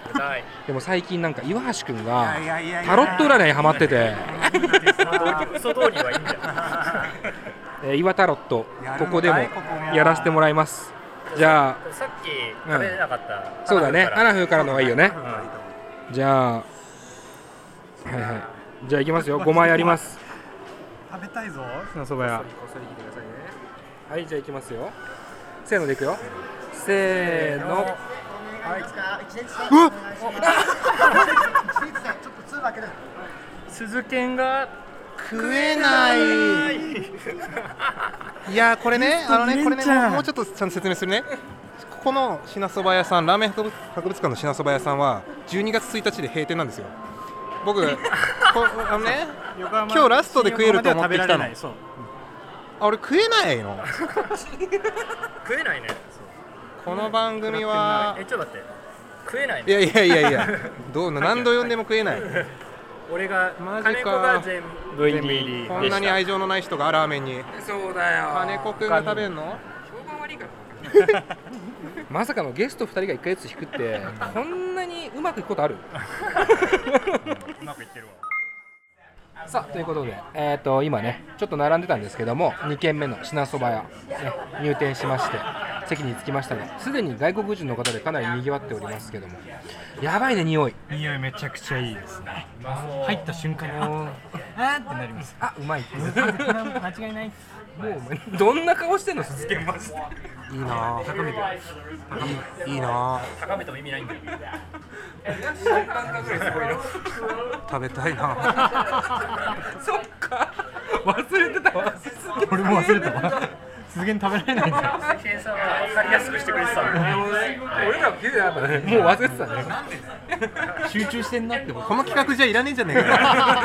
Speaker 1: でも最近なんか岩橋くんがタロット占いにハマってて
Speaker 2: 嘘通りはいいんだよ
Speaker 1: 岩タロットここでもやらせてもらいます。じゃあ
Speaker 2: さっき食べれなかった、
Speaker 1: そうだね、アナフーからの方がいいよね、じゃあはいはい、じゃあいきますよ、5枚あります。
Speaker 6: 食べたいぞ品そば屋。
Speaker 1: はい、じゃあいきますよ、せーのでいくよ、せーの。
Speaker 2: 鈴研が
Speaker 5: 食えないいやこれねこれねもうちょっとちゃんと説明するね。ここの品そば屋さん、ラーメン博物館の品そば屋さんは12月1日で閉店なんですよ。僕今日ラストで食えると思ってきたの。俺食えないの
Speaker 2: 食えないね。
Speaker 5: この番組は
Speaker 2: ちょっと待って、食えないの？
Speaker 5: いや何度読んでも食えない
Speaker 2: 俺が
Speaker 5: マジか、
Speaker 2: 金子が全部入り
Speaker 5: こんなに愛情のない人がラーメンに。
Speaker 1: そうだよ、
Speaker 5: 金子くんが食べんの？
Speaker 1: 評判悪いからまさかのゲスト2人が1回ずつ引くってこんなにうまくいくことある？
Speaker 2: うまくいってるわ。
Speaker 1: さあということで、今ねちょっと並んでたんですけども、2軒目の品そば屋、ね、入店しまして席に着きましたが、すでに外国人の方でかなり賑わっておりますけども、やばいね、匂い
Speaker 6: めちゃくちゃいいですね。入った瞬間にあってなります。
Speaker 1: あ、うまいって
Speaker 6: 間違いない。
Speaker 1: もうどんな顔してんの、鈴木マジで
Speaker 5: いいなぁ、高めていいなぁ、
Speaker 2: 高めても意味ないんだよ。
Speaker 5: 食べたいな
Speaker 1: そっか、忘れてたわ
Speaker 6: 俺も忘れたわ。鈴木に食べられないんだ。
Speaker 2: 鈴木さんは分かりやすくしてくれてたの。
Speaker 1: 俺ら気づいてなかったね、もう忘れてたね。
Speaker 6: 集中してんなって
Speaker 5: この企画じゃいらねえんじゃねえかよ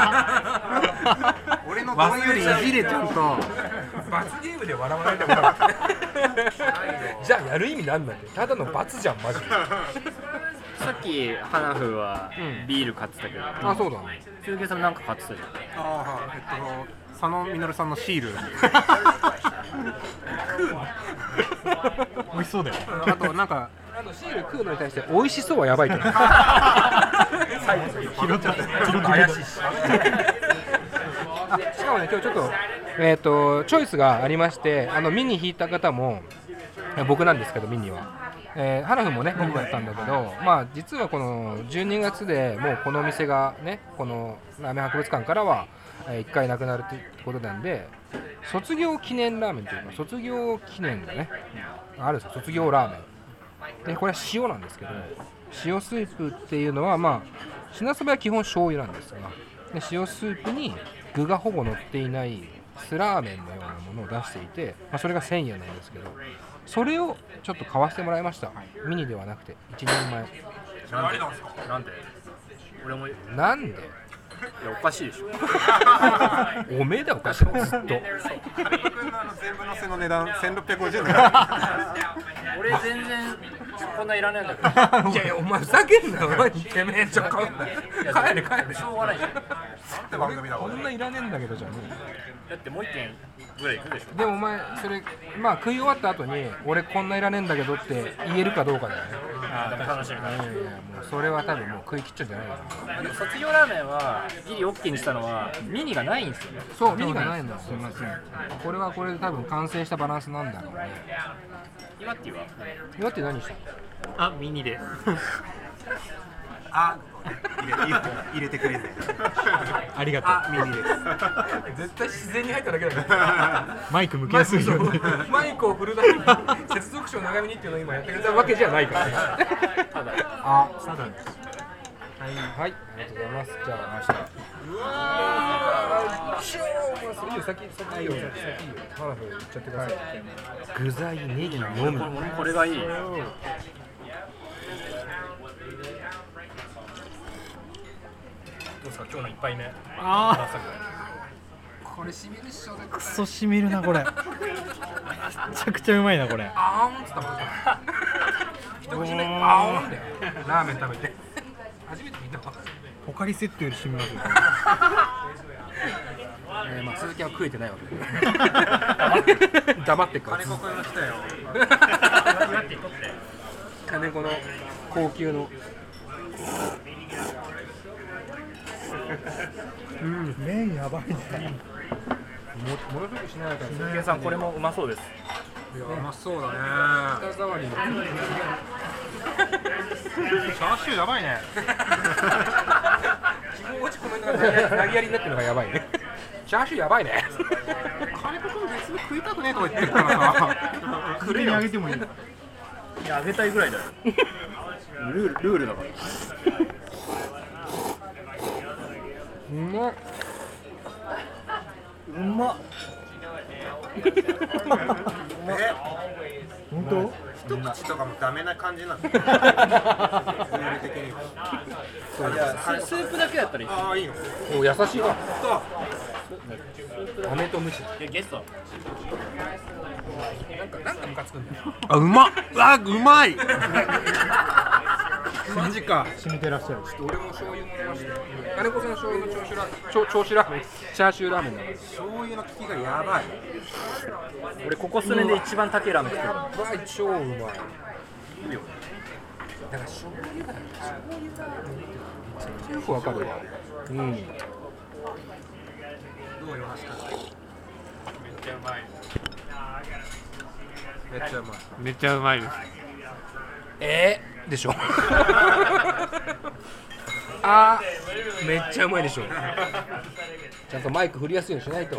Speaker 5: 俺のどんよりいじれちゃんと
Speaker 1: 罰ゲームで笑わないでもらうじゃあやる意味なんだって、ただの罰じゃんマジで。
Speaker 2: さっき花風はビール買ってたけど、
Speaker 1: あ、そうだね、
Speaker 2: 鈴木さんなんか買ってたじゃん。
Speaker 5: 佐野実さんのシール
Speaker 6: 美味しそうだよ。
Speaker 5: あとなんか
Speaker 1: シール食うのに対して美味しそうはやばいけど
Speaker 6: 拾っちゃった。
Speaker 2: 怪しいし。
Speaker 1: しかもね、今日ちょっと、チョイスがありまして、ミニ引いた方も僕なんですけど、ミニは、花フもね僕だったんだけど、まあ実はこの12月でもうこのお店がね、このラーメン博物館からは1回なくなるということなんで、卒業記念ラーメンというか卒業記念がねあるんですよ、卒業ラーメンで、これは塩なんですけど、塩スープっていうのはまあ品そばは基本醤油なんですが、で塩スープに具がほぼ乗っていないスラーメンのようなものを出していて、まあ、それが1000円なんですけど、それをちょっと買わせてもらいました。ミニではなくて1人前。
Speaker 2: なんで？俺も
Speaker 1: なんで？
Speaker 2: いやおかしいでしょ。
Speaker 1: おめえだよおかしいのずっと。
Speaker 5: 君の全部のせの値段1650円
Speaker 2: 俺全然こんないらないんだけど。
Speaker 1: いやいやお前ふざけんなよ、お前てめえちょっと帰れ帰れ、
Speaker 2: しょうがないじゃん。
Speaker 1: こんないらねえんだけどじゃね
Speaker 2: だってもう一軒ぐらい行くでしょ。
Speaker 1: え。でもお前それまあ食い終わった後に俺こんないらねえんだけどって言えるかどうかだよね。
Speaker 2: ああ、楽しみだ。
Speaker 1: いやいやもうそれは多分もう食い切っちゃうんじゃないかな。
Speaker 2: 卒業ラーメンはギリ OK にしたのはミニがないんですよね。
Speaker 1: そうミニがないんだよ。すみません。これはこれで多分完成したバランスなんだろうね。
Speaker 2: 今っては
Speaker 1: 今って何したの？
Speaker 2: あ、ミニで
Speaker 5: あ、入れてくれて
Speaker 6: ありがとう。
Speaker 5: ミニです
Speaker 1: 絶対自然に入っただけだから
Speaker 6: マイク向けやすいよね。
Speaker 1: マイクを振るだけに接続詞を長めにっていうのを今やってくれたわけじゃないからね。あ、そうだね。はい、ありがとうございます。じゃあました。うわー、しょー、いいよ、先いいよ、花火いっちゃってください。具材ネギのみ。
Speaker 2: これがいい。どうですか今日の一杯目。
Speaker 6: あ
Speaker 1: これしみるっしょ。
Speaker 6: あ、クソしみるなこれ。めちゃくちゃうまいなこれ。
Speaker 1: あーんっつったもん。一口目あーんだよ。ラーメン食べて。初めて見たわ。
Speaker 6: ポカリセットよりしみますよ。
Speaker 1: まあ鈴木は食えてないわけ。黙ってっから。
Speaker 2: 金子君の人よ。
Speaker 1: 金子の高級の
Speaker 6: 麺やばいね。
Speaker 1: ものすごくしなやかに。
Speaker 2: 鈴木さんこれもうまそうです。
Speaker 1: いやうまそうだね。舌触りの。
Speaker 6: チャーシューやばいね。
Speaker 1: 自分落ちコメントが投げやりになってるのがやばいね。チャーシューやばいね。金子君別に食いたくねえとか言ってるからさ。
Speaker 6: くれにあげてもいい。
Speaker 2: いやあげたいぐらいだよ。ルールだから。
Speaker 1: うまっ。
Speaker 2: うまっ。
Speaker 6: 本当？
Speaker 5: 一口とかもダメな感じなの。ルール的には。
Speaker 2: スープだけだったらいい。
Speaker 5: ああいいの。
Speaker 1: お優しいわ。飴とムチ。
Speaker 2: ゲスト。
Speaker 1: なんかムカつくんだよ。
Speaker 5: あうまっ。あうまい。
Speaker 1: マジか。
Speaker 6: 染みてらっしゃる。
Speaker 1: 俺も醤油も飲まして。金子さん醤油のチャーシューラーメン。チャーシューラーメンだから。
Speaker 5: 醤油の効きがやばい。
Speaker 2: 俺ここ数年で一番高いラーメン食ってる。
Speaker 1: うまい超うまい。だから醤油だよ。よくわかるわ。うん。
Speaker 5: どうよ話し方。
Speaker 1: めっちゃうまい。めっちゃうまい。
Speaker 6: めっちゃうまいです。
Speaker 1: でしょ。あーめっちゃうまいでしょ。ちゃんとマイク振りやすいようにしないと。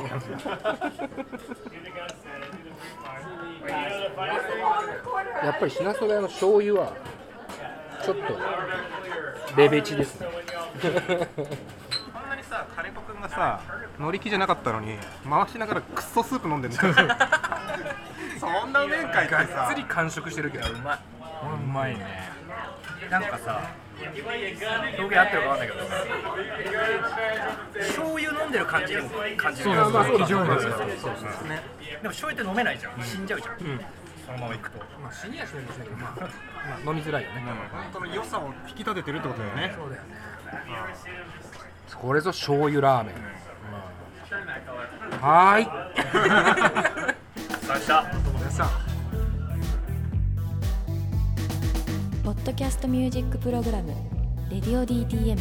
Speaker 1: やっぱり品そば屋の醤油はちょっとレベチですね。
Speaker 5: こんなにさ金子くんがさ乗り気じゃなかったのに回しながらクッソスープ飲んでるんだよ。そんな麺かいってさ。
Speaker 1: がっつり完食してるけどうまい。
Speaker 2: うまいね。なんかさ、表現合ってるかわかんないけど、醤油飲んでる感じにも感じる。
Speaker 1: そうですね。
Speaker 2: でも醤油って飲めないじゃん。死んじゃうじゃん。そのままいくと。
Speaker 1: まあ死にはしないんですけど、まあ飲みづらいよね。
Speaker 5: 本当の良さを引き立ててるってことだよね。
Speaker 1: そうだよね。これぞ醤油ラーメン。はーい。
Speaker 2: さ
Speaker 4: ポッドキャストミュージックプログラムレディオ DTM。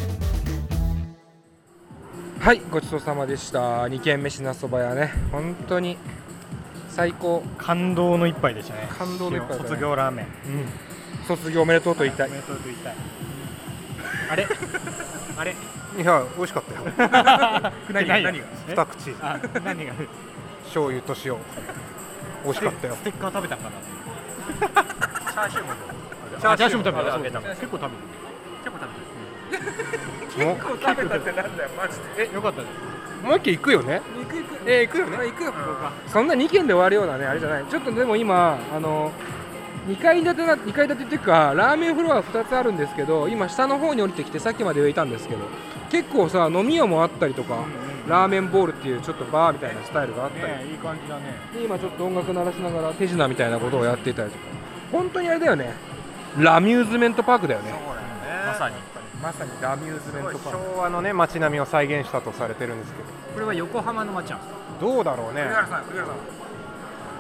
Speaker 1: はい、ごちそうさまでした。2軒目品そば屋ね、本当に最高。
Speaker 6: 感動の一杯でしたね。
Speaker 1: 感動の一杯だね。
Speaker 6: 卒業ラーメン。
Speaker 1: 卒業おめでとうと言いたい。
Speaker 6: おめでとうと言いたい。あれあれ
Speaker 5: いや美味しかったよ。
Speaker 1: 何が
Speaker 5: 二口
Speaker 6: あ何が
Speaker 5: 醤油と塩美味しかったよ。
Speaker 6: ステッカー食べたんかな。
Speaker 2: チャーシューも。
Speaker 6: チャーシューも食べた。
Speaker 2: あげた。
Speaker 6: 結構食べた。
Speaker 1: 結構食べたってなんだよマジで。
Speaker 6: よかったです。
Speaker 1: もう一軒行くよね。行くよね。行くよ。そんな2軒で終わるようなねあれじゃない。ちょっとでも今2階建てっていうかラーメンフロア2つあるんですけど、今下の方に降りてきてさっきまで上いたんですけど、結構さ飲み屋もあったりとか、ラーメンボールっていうちょっとバーみたいなスタイルがあったり、
Speaker 6: いい感じだね。
Speaker 1: で今ちょっと音楽鳴らしながら手品みたいなことをやっていたりとか、本当にあれだよね、ラミューズメントパークだよね。まさにラミューズメントパーク。
Speaker 5: 昭和のね街並みを再現したとされてるんですけど、
Speaker 2: これは横浜の街なんですか。
Speaker 5: どうだろうね。
Speaker 1: 栗原さん、はい、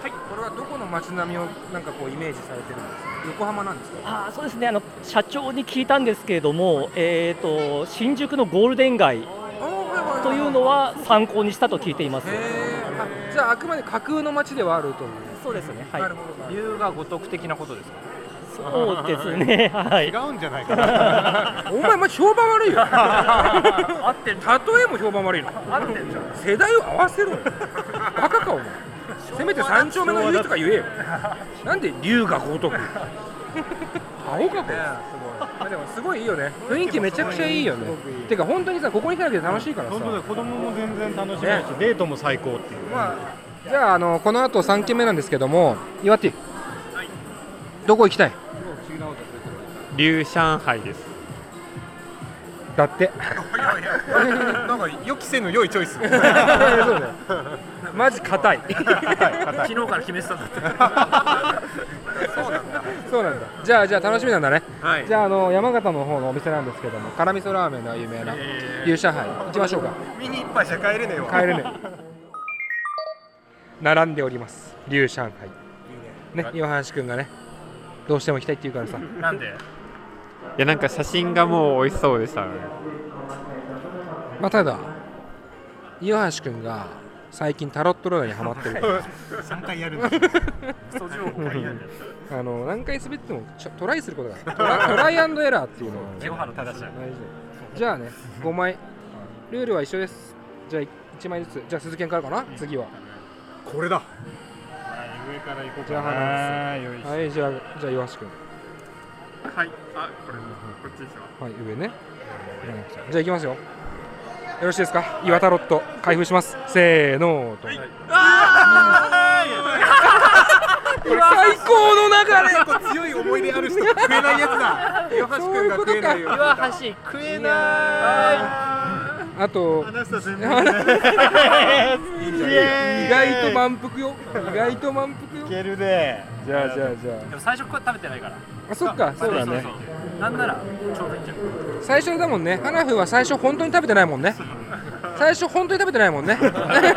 Speaker 1: これはどこの街並みをなんかこうイメージされてるんですか。横浜なんですか。
Speaker 7: そうですね、社長に聞いたんですけれども、新宿のゴールデン街というのは参考にしたと聞いています。
Speaker 1: じゃああくまで架空の街ではあるという。
Speaker 7: そうですね、はい。
Speaker 2: 龍が如く的なことですか。
Speaker 7: そうですね、はい。
Speaker 5: 違うんじゃないかな。
Speaker 1: お前ま評判悪いよ。
Speaker 2: 合ってる。
Speaker 1: 例えも評判悪いの。
Speaker 2: 合ってるじゃん。
Speaker 1: 世代を合わせろよ。バカかお前。せめて三丁目の龍とか言えよ。なんで龍が如く。アホかこれ。でもすごいいいよね。雰囲気めちゃくちゃいいよね。てか本当にさここに来ただけで楽しいからさ。
Speaker 6: 本当だ、子供も全然楽しめるし、デートも最高っていう。
Speaker 1: まあじゃあこの後3軒目なんですけども、岩手どこ行きたい？
Speaker 6: 龍上海です。
Speaker 1: だって。
Speaker 5: なんか予期せぬ良いチョイス。
Speaker 1: そうだよ。マジ硬い。
Speaker 2: 昨日から決めてたんだって。
Speaker 1: そうなんだ。じゃあ楽しみなんだね。
Speaker 5: はい。
Speaker 1: じゃあ山形の方のお店なんですけども、辛味噌ラーメンが有名な龍上海行きましょうか。
Speaker 5: 見に一杯じゃ帰れねえわ。
Speaker 1: 帰れねえ。並んでおります。龍上海。ね、岩橋くんがね、どうしても行きたいって言うからさ。
Speaker 2: なんで？
Speaker 6: いやなんか写真がもう美味しそうでしたね。
Speaker 1: まあただ岩橋くんが最近タロットローダにハマってる
Speaker 6: 3回やるんです
Speaker 2: 素情報が嫌になっ
Speaker 1: 何回滑ってもトライすることがトライアンドエラーっていうのを
Speaker 2: 清原正しい
Speaker 1: じゃあね5枚ルールは一緒です。じゃあ1枚ずつ。じゃあ鈴研からかな、次は
Speaker 6: これだ。
Speaker 9: 上から行こうか
Speaker 1: じゃあ
Speaker 9: な。
Speaker 1: はい、じゃあ岩橋くん。
Speaker 9: はい、あ、これこっちですよ。
Speaker 1: はい、上ね。じゃあ行きますよ。よろしいですか。岩タロット開封します。せーのと。これ最高の流れ。
Speaker 5: 強い思い出ある人食えないやつだ。岩橋くんが食えないよ。
Speaker 2: 岩橋食えない。
Speaker 1: あと意外と満腹よ。意外と満腹よ。
Speaker 6: いけるね。
Speaker 1: じゃあ
Speaker 2: でも最初これ食べてないから。
Speaker 1: あ、そっか、そうだね。
Speaker 2: なんならちょうどいいんじゃん。
Speaker 1: 最初だもんね。花風は最初本当に食べてないもんね。最初本当に食べてないもんね。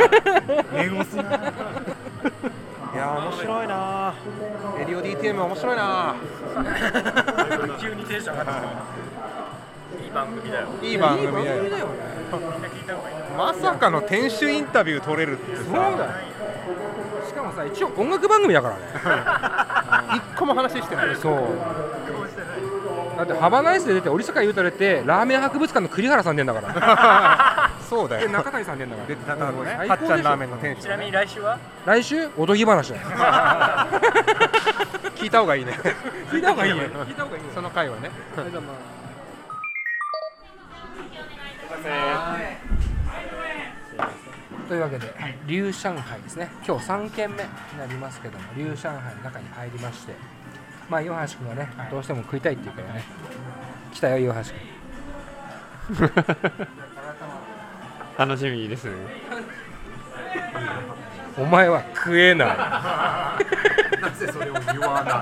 Speaker 5: いや面白いな。レディオ DTM 面白いな。
Speaker 2: 急にテンション上がってきた。いい番組だよ。
Speaker 5: いい番組だよ。まさかの店主インタビュー取れるってさ。
Speaker 1: そうだよ。しかもさ、一応音楽番組だからね。
Speaker 5: 一個も話してない。
Speaker 1: そう。だってハバナイスで出て、折坂優太出て、ラーメン博物館の栗原さん出んだから。
Speaker 5: そうだよ。
Speaker 1: で中谷さん出んだから。
Speaker 5: 出てたのね。はっちゃんラーメンの店主。
Speaker 2: ちなみに来週は？
Speaker 1: 来週おとぎ話だよ。
Speaker 5: 聞いた方がいいね。
Speaker 1: 聞いた方がいいね。聞いた方がいいね。
Speaker 5: その回はね。
Speaker 1: というわけで、龍上海ですね。今日3軒目になりますけども、龍上海の中に入りまして、まあ岩橋君がね、どうしても食いたいっていうからね、来たよ岩橋君。
Speaker 9: 楽しみですね。
Speaker 1: お前は食えない。
Speaker 5: なぜそれを言わない。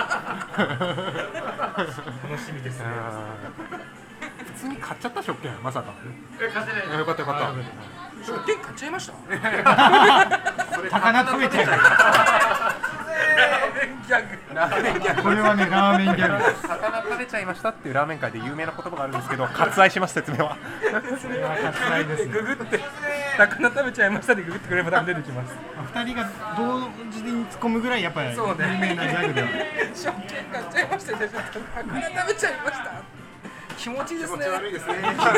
Speaker 1: 楽しみですね。
Speaker 5: 普通に買っちゃった食券まさか。
Speaker 9: 買ってない。
Speaker 5: よかったよかった。
Speaker 1: 食券買っちゃいました。
Speaker 6: 魚食えちゃう。これはねラーメンギャグ。
Speaker 5: 魚食べちゃいましたっていうラーメン界で有名な言葉があるんですけど、割愛します説明は。
Speaker 6: 割愛ですね。
Speaker 1: ググって魚食べちゃいましたでググってくれれば多分出てきます。
Speaker 6: 2人が同時に突っ込むぐらいやっぱり有名なギャグでは。
Speaker 1: 食券買っちゃいましたで、魚食べちゃいました。気持ちいいですね。気持ち悪いですね。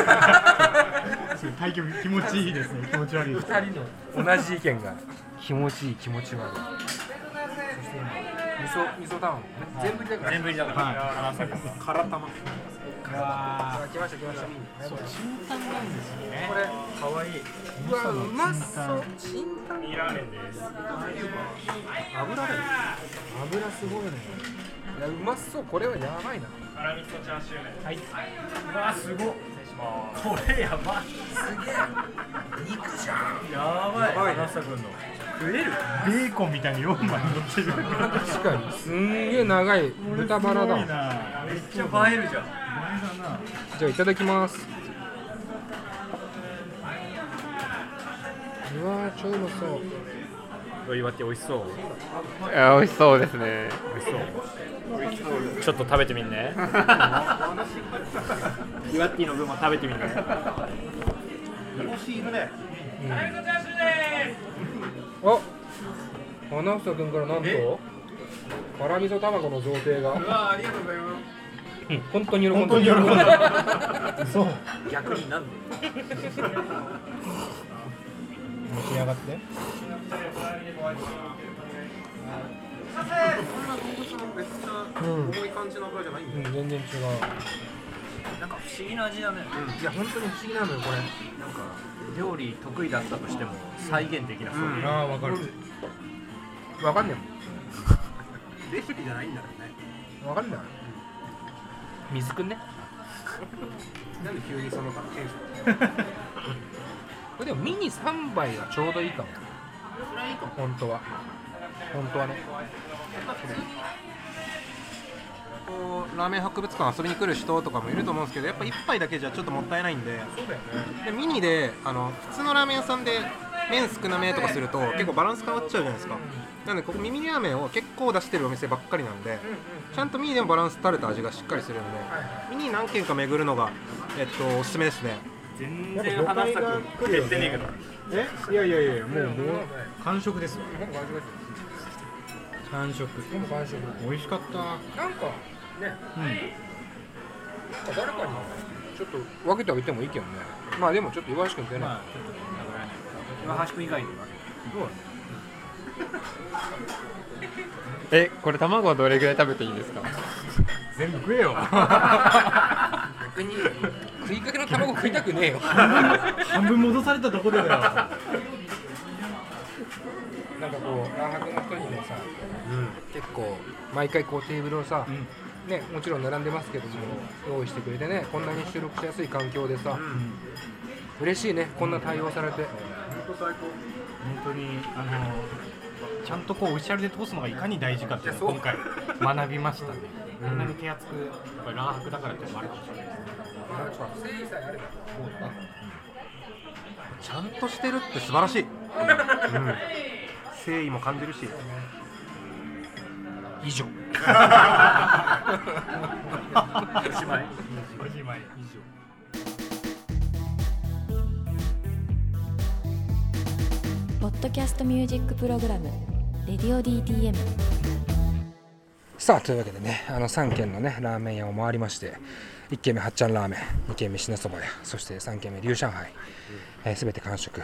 Speaker 6: 対局気持ちいいですね。気持ち悪い。
Speaker 1: 2人の同じ意見が気持ちいい気持ち悪い。そして今味噌卵ね、全部入りだから。全部入りだから。
Speaker 5: 辛玉。
Speaker 1: 来ました来ました。
Speaker 6: そうチンタンなんですよね。
Speaker 1: これ可愛い。うわうまそう。チンタン
Speaker 2: ラーメンです。
Speaker 1: 油すごいね。いやうまそう。これはやばいな。
Speaker 2: 辛味噌チャーシュー麺。はい。
Speaker 1: うわすごっ。
Speaker 2: これやばい。
Speaker 1: すげえ。肉じゃん。
Speaker 2: やばい。花下君の。食える？
Speaker 6: ベーコンみたいに4枚乗ってる。
Speaker 1: 確かに。すんげえ長い豚バラだ。
Speaker 2: めっちゃ映えるじゃん。
Speaker 1: じゃあいただきます。うわー超うまそう。
Speaker 2: 岩手美味しそう。
Speaker 9: いや美味しそうですね。
Speaker 2: 美味しそう。ちょっと食べてみんね。岩手の分も食べてみんね。
Speaker 1: あ、花房君からなんと辛味噌卵の贈呈が。
Speaker 9: ありがとうございます。
Speaker 1: 本当に喜んでる。
Speaker 6: そう。
Speaker 2: 逆になんで？
Speaker 6: 召し上がって。
Speaker 5: 重い感じの油じゃないんだよ。
Speaker 1: 全然違う。
Speaker 2: なんか不思議な味だね。
Speaker 1: いや本当に不思議なのよこれ。
Speaker 2: なんか料理得意だったとしても再現できなそう。
Speaker 6: ああわかる。
Speaker 1: わかんね
Speaker 5: レシピじゃないんだろうね。
Speaker 1: えもん。わかんない。水くんね。
Speaker 5: なんで急にそのテンション。
Speaker 1: これでもミニ3杯がちょうどいいかも。本当はね。
Speaker 5: こうラーメン博物館遊びに来る人とかもいると思うんですけど、やっぱ1杯だけじゃちょっともったいないんで、
Speaker 1: そうだよね。
Speaker 5: でミニで普通のラーメン屋さんで麺少なめとかすると結構バランス変わっちゃうじゃないですか。なのでここミニラーメンを結構出してるお店ばっかりなんで、ちゃんとミニでもバランス取れた味がしっかりするんで、ミニ何軒か巡るのがおすすめですね。
Speaker 2: 全然話したく減ってねえけど。
Speaker 6: いやもう完食ですよ。完食。美味しかった。
Speaker 1: なんかね、誰かにちょっと分けてあげてもいいけどね。まあでもちょっと岩橋君出ない。
Speaker 2: 岩橋君以外には
Speaker 9: これ卵はどれぐらい食べていいですか？
Speaker 6: 全部食えよ。
Speaker 1: 逆に食いかけの卵食いたくねえよ。
Speaker 6: 半分戻されたところだよ。
Speaker 1: なんかこうラー博の人にもさ、結構毎回こうテーブルをさ、ね、もちろん並んでますけども用意してくれてね、こんなに収録しやすい環境でさ、嬉しいね、こんな対応されて。
Speaker 6: 本当にちゃんとこうオフィシャルで通すのがいかに大事かっていうのを今回学びましたね。こんなに手厚くやっぱりラー博だからっていうのもあるかもしれないですね。
Speaker 1: 誠意さえあれば
Speaker 5: ちゃんとしてるって素晴らしい。誠意も感じるし。
Speaker 1: 以上。
Speaker 6: おしまい。以上。
Speaker 4: ポッドキャストミュージックプログラムレディオ DTM。
Speaker 1: さあというわけでね、3軒のねラーメン屋を回りまして、1軒目はっちゃんラーメン、2軒目品そば屋、そして3軒目龍上海、すべて完食。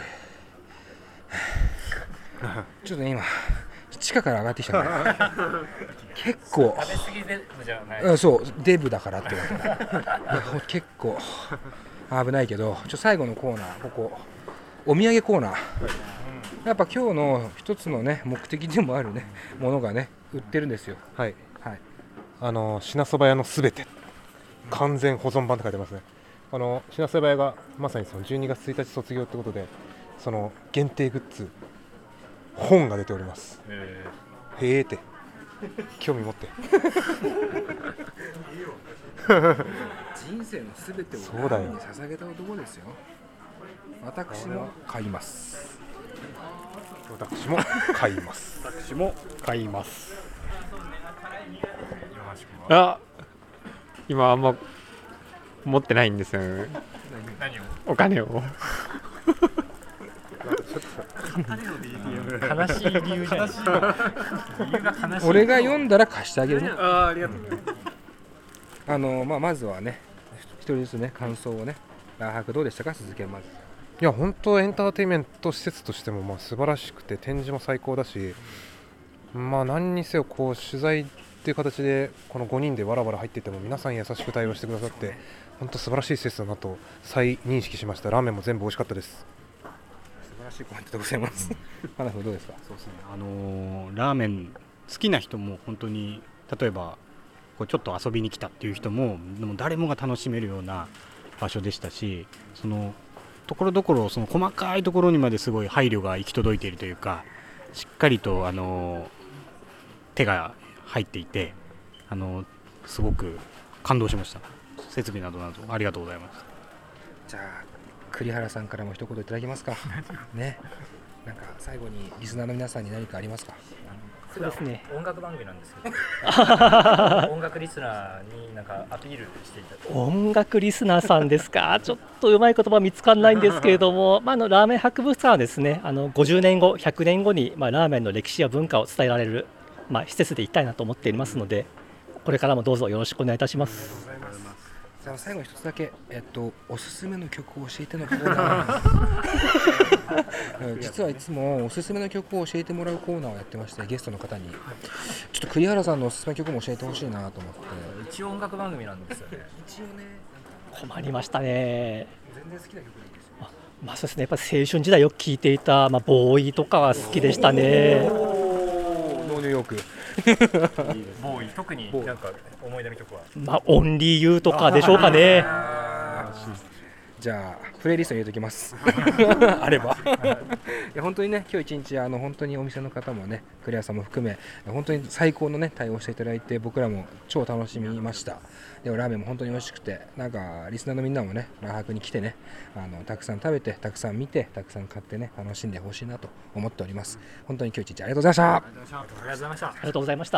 Speaker 1: ちょっとね今地下から上がってきたから結構
Speaker 2: 食べ過ぎでじゃない。
Speaker 1: そうデブだからって言われた結構危ないけど、最後のコーナー、ここお土産コーナー、やっぱ今日の一つのね目的でもあるねものがね売ってるんですよ。
Speaker 5: はい、品そば屋のすべて完全保存版って書いてますね。品そば屋がまさにその12月1日卒業ってことで、その限定グッズ本が出ております。へーって興味持って
Speaker 1: 人生のすべてを
Speaker 5: そうだよ
Speaker 1: ラーメンに捧げた男ですよ。私も買います。
Speaker 5: 私も買います
Speaker 6: 私も買います。
Speaker 9: 今あんま持ってないんですよね。
Speaker 2: 何を？
Speaker 9: お金を。
Speaker 2: 悲しい理由じゃない。
Speaker 1: 俺が読んだら貸してあげるね。
Speaker 2: ありがとう。
Speaker 1: まずはね一人ずつね感想をね、ラー博どうでしたか？鈴木はまず。
Speaker 5: いや本当エンターテインメント施設としても素晴らしくて、展示も最高だし、何にせよこう取材っていう形でこの5人でわらわら入っていても皆さん優しく対応してくださって、本当素晴らしい施設だなと再認識しました。ラーメンも全部美味しかったです。
Speaker 1: 素晴らしいコメントでございます。花子どうですか？
Speaker 6: そうですね。ラーメン好きな人も本当に、例えばこうちょっと遊びに来たっていう人も誰もが楽しめるような場所でしたし、そのところどころその細かいところにまですごい配慮が行き届いているというか、しっかりと手が入っていて、すごく感動しました。設備などありがとうございます。
Speaker 1: じゃあ栗原さんからも一言いただけますかね。なんか最後にリスナーの皆さんに何かありますか？
Speaker 7: そうですね、
Speaker 2: 音楽番組なんですけど音楽リスナーになんかアピールしていただいて。
Speaker 7: 音楽リスナーさんですか？ちょっとうまい言葉見つかんないんですけれどもラーメン博物館はですね、50年後100年後に、ラーメンの歴史や文化を伝えられる、施設でいきたいなと思っていますので、これからもどうぞよろしくお願いいたします。
Speaker 1: 最後に一つだけ、おすすめの曲を教えてのコーナー実はいつもおすすめの曲を教えてもらうコーナーをやってまして、ゲストの方にちょっと栗原さんのおすすめの曲も教えてほしいなと思って。
Speaker 2: 一応音楽番組なんですよね。
Speaker 1: 一応ね。
Speaker 7: 困りましたね。
Speaker 1: 全然好きな曲でいいですよ。
Speaker 7: そうですね、やっぱり青春時代よく聴いていた、ボーイとかは好きでしたね。
Speaker 1: ノーニューヨーク
Speaker 2: ボーイ、特になんか思い出の曲は、
Speaker 7: オンリーユーとかでしょうかね。
Speaker 1: じゃあプレイリストに入れておきますあればいや本当にね、今日一日本当にお店の方もね、栗原さんも含め本当に最高のね対応していただいて、僕らも超楽しみました。でもラーメンも本当に美味しくて、なんかリスナーのみんなもねラー博に来てね、たくさん食べて、たくさん見て、たくさん買ってね楽しんでほしいなと思っております。本当に今日一日ありがとうございました。
Speaker 2: ありがとうございました。
Speaker 7: ありがとうございました。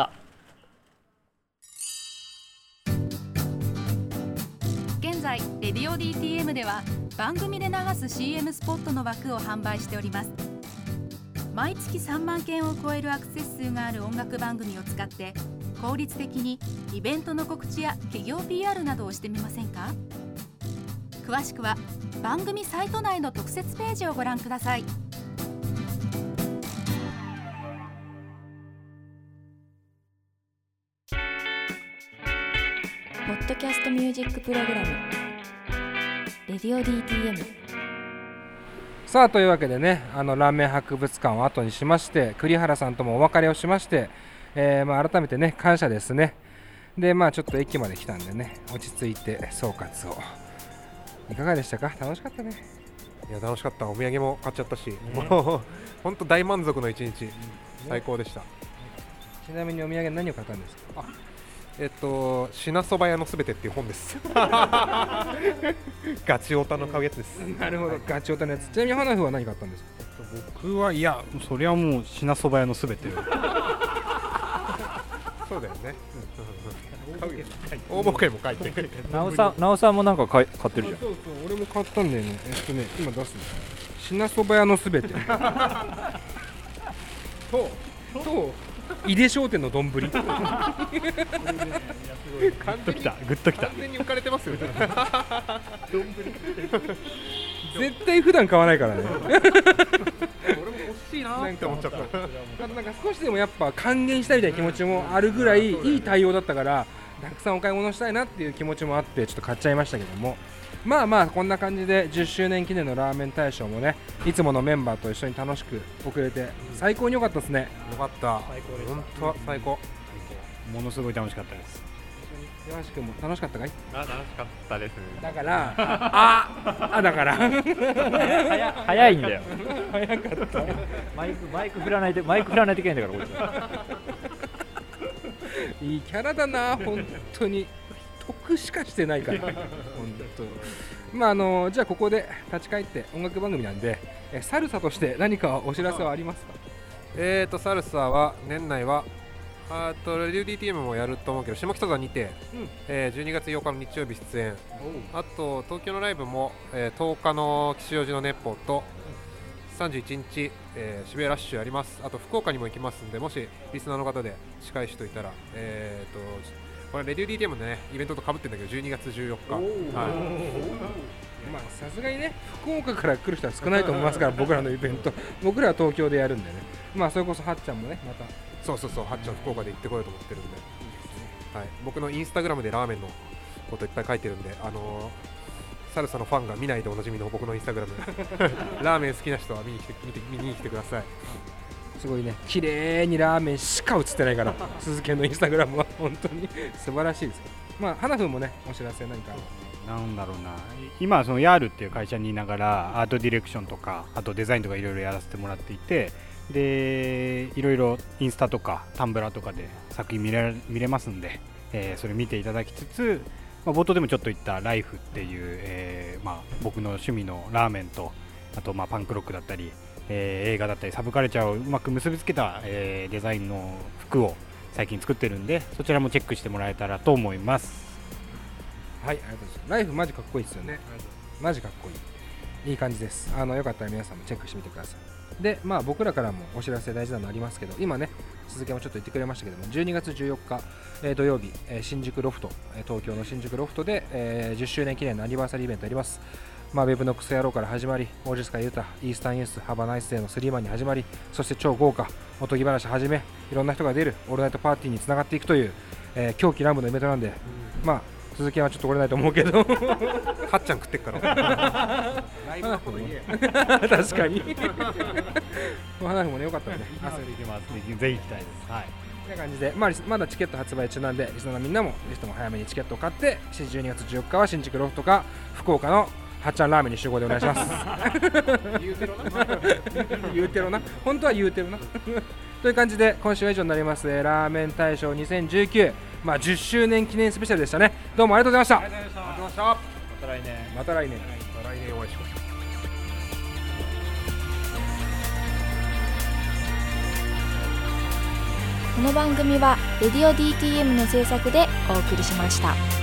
Speaker 4: 現
Speaker 10: 現在レディオ DTM では番組で流す CM スポットの枠を販売しております。毎月3万件を超えるアクセス数がある音楽番組を使って効率的にイベントの告知や企業 PR などをしてみませんか？詳しくは番組サイト内の特設ページをご覧ください。
Speaker 4: ポッドキャストミュージックプログラムレディオ DTM。
Speaker 1: さあというわけでね、ラーメン博物館を後にしまして栗原さんともお別れをしまして、改めてね感謝ですね。でちょっと駅まで来たんでね、落ち着いて総括を。いかがでしたか？楽しかったね。
Speaker 5: いや楽しかった。お土産も買っちゃったし、もう本当大満足の一日、最高でした。
Speaker 1: ちなみにお土産何を買ったんですか？
Speaker 5: 品そば屋のすべてっていう本ですガチオタの買うやつです。
Speaker 1: なるほど、ガチオタのやつ。ちなみに花風は何買ったんですか？
Speaker 6: 僕はいや、それはもう品そば屋のすべて
Speaker 5: そうだよね。応募券も書いて
Speaker 2: なおさんもなんか買ってるじゃん。
Speaker 1: そう俺も買ったんだよね。今出すの品そば屋のすべてと井出商店の丼グッ
Speaker 6: ときたグッときた。
Speaker 5: 完全に浮かれてますよね
Speaker 1: 絶対普段買わないからね
Speaker 5: 俺も欲しいなって思っちゃった。
Speaker 1: なんか少しでもやっぱ還元したいみたいな気持ちもあるぐらいいい対応だったから、たくさんお買い物したいなっていう気持ちもあってちょっと買っちゃいましたけども、こんな感じで10周年記念のラーメン大賞もね、いつものメンバーと一緒に楽しく送れて最高に良かったですね。
Speaker 5: よかった。本当は最高。
Speaker 6: ものすごい楽しかったです。
Speaker 1: 山橋君も楽しかったかい？
Speaker 9: 楽しかったです。
Speaker 1: だからだから
Speaker 2: 早いんだよ。
Speaker 1: 早かった。
Speaker 2: マイク振らないといけないんだからこいつ。
Speaker 1: いいキャラだな本当に。得しかしてないから本当。じゃあここで立ち返って音楽番組なんで、サルサとして何かお知らせはありますか？
Speaker 5: サルサは年内はレディオ DTM もやると思うけど下北沢にて、12月8日の日曜日出演、あと東京のライブも、10日の吉祥寺の熱波と31日、渋谷ラッシュやります。あと福岡にも行きますんで、もしリスナーの方で近い人いたらこれレディオ DTM でねイベントと被ってるんだけど12月14日、
Speaker 1: さすがにね福岡から来る人は少ないと思いますから僕らのイベント僕らは東京でやるんでね、それこそはっちゃんもねまた
Speaker 5: そうはっちゃん福岡で行ってこようと思ってるんで、僕のインスタグラムでラーメンのこといっぱい書いてるんで、サルサのファンが見ないでおなじみの僕のインスタグラムラーメン好きな人は見に来てください。
Speaker 1: すごいね、綺麗にラーメンしか映ってないから鈴木のインスタグラムは本当に素晴らしいです。花風もねお知らせ何か
Speaker 6: なんだろうな、今そのヤールっていう会社にいながらアートディレクションとかあとデザインとかいろいろやらせてもらっていて、でいろいろインスタとかタンブラーとかで作品見れますんで、それ見ていただきつつ、冒頭でもちょっと言ったライフっていう、僕の趣味のラーメンとあとパンクロックだったり映画だったりサブカルチャーをうまく結びつけた、デザインの服を最近作ってるんで、そちらもチェックしてもらえたらと思います。
Speaker 1: はい、ありがとうございます。ライフマジかっこいいですよね。マジかっこいい。いい感じです。よかったら皆さんもチェックしてみてください。で、僕らからもお知らせ大事なのありますけど、今ね鈴木もちょっと言ってくれましたけども、12月14日、土曜日、新宿ロフト、東京の新宿ロフトで、10周年記念のアニバーサリーイベントやります。ウェブのクソ野郎から始まり、大地塚優太、イースタンユース、ハバナイスデーのスリーマンに始まり、そして超豪華おとぎ話はじめ、いろんな人が出るオールナイトパーティーにつながっていくという、狂気乱舞のイベントなんで、鈴木はちょっと来れないと思うけどは
Speaker 5: っちゃん食ってっからライブのこと言え
Speaker 1: 確かに花火もねよかったらね
Speaker 6: ぜひ行きたいです。はい、
Speaker 1: こんな感じで、まだチケット発売中なんで、リスナーのみんなもぜひとも早めにチケットを買って、12月14日は新宿ロフトか福岡のはっちゃんラーメンに集合でお願いします
Speaker 5: 言うてろな
Speaker 1: 言うてろな、本当は言うてるなという感じで今週は以上になります、ラーメン大賞2019、10周年記念スペシャルでしたね。どうもありがとうございました。
Speaker 2: また来年
Speaker 1: また来年
Speaker 5: お会いしましょう。
Speaker 4: この番組はレディオ DTM の制作でお送りしました。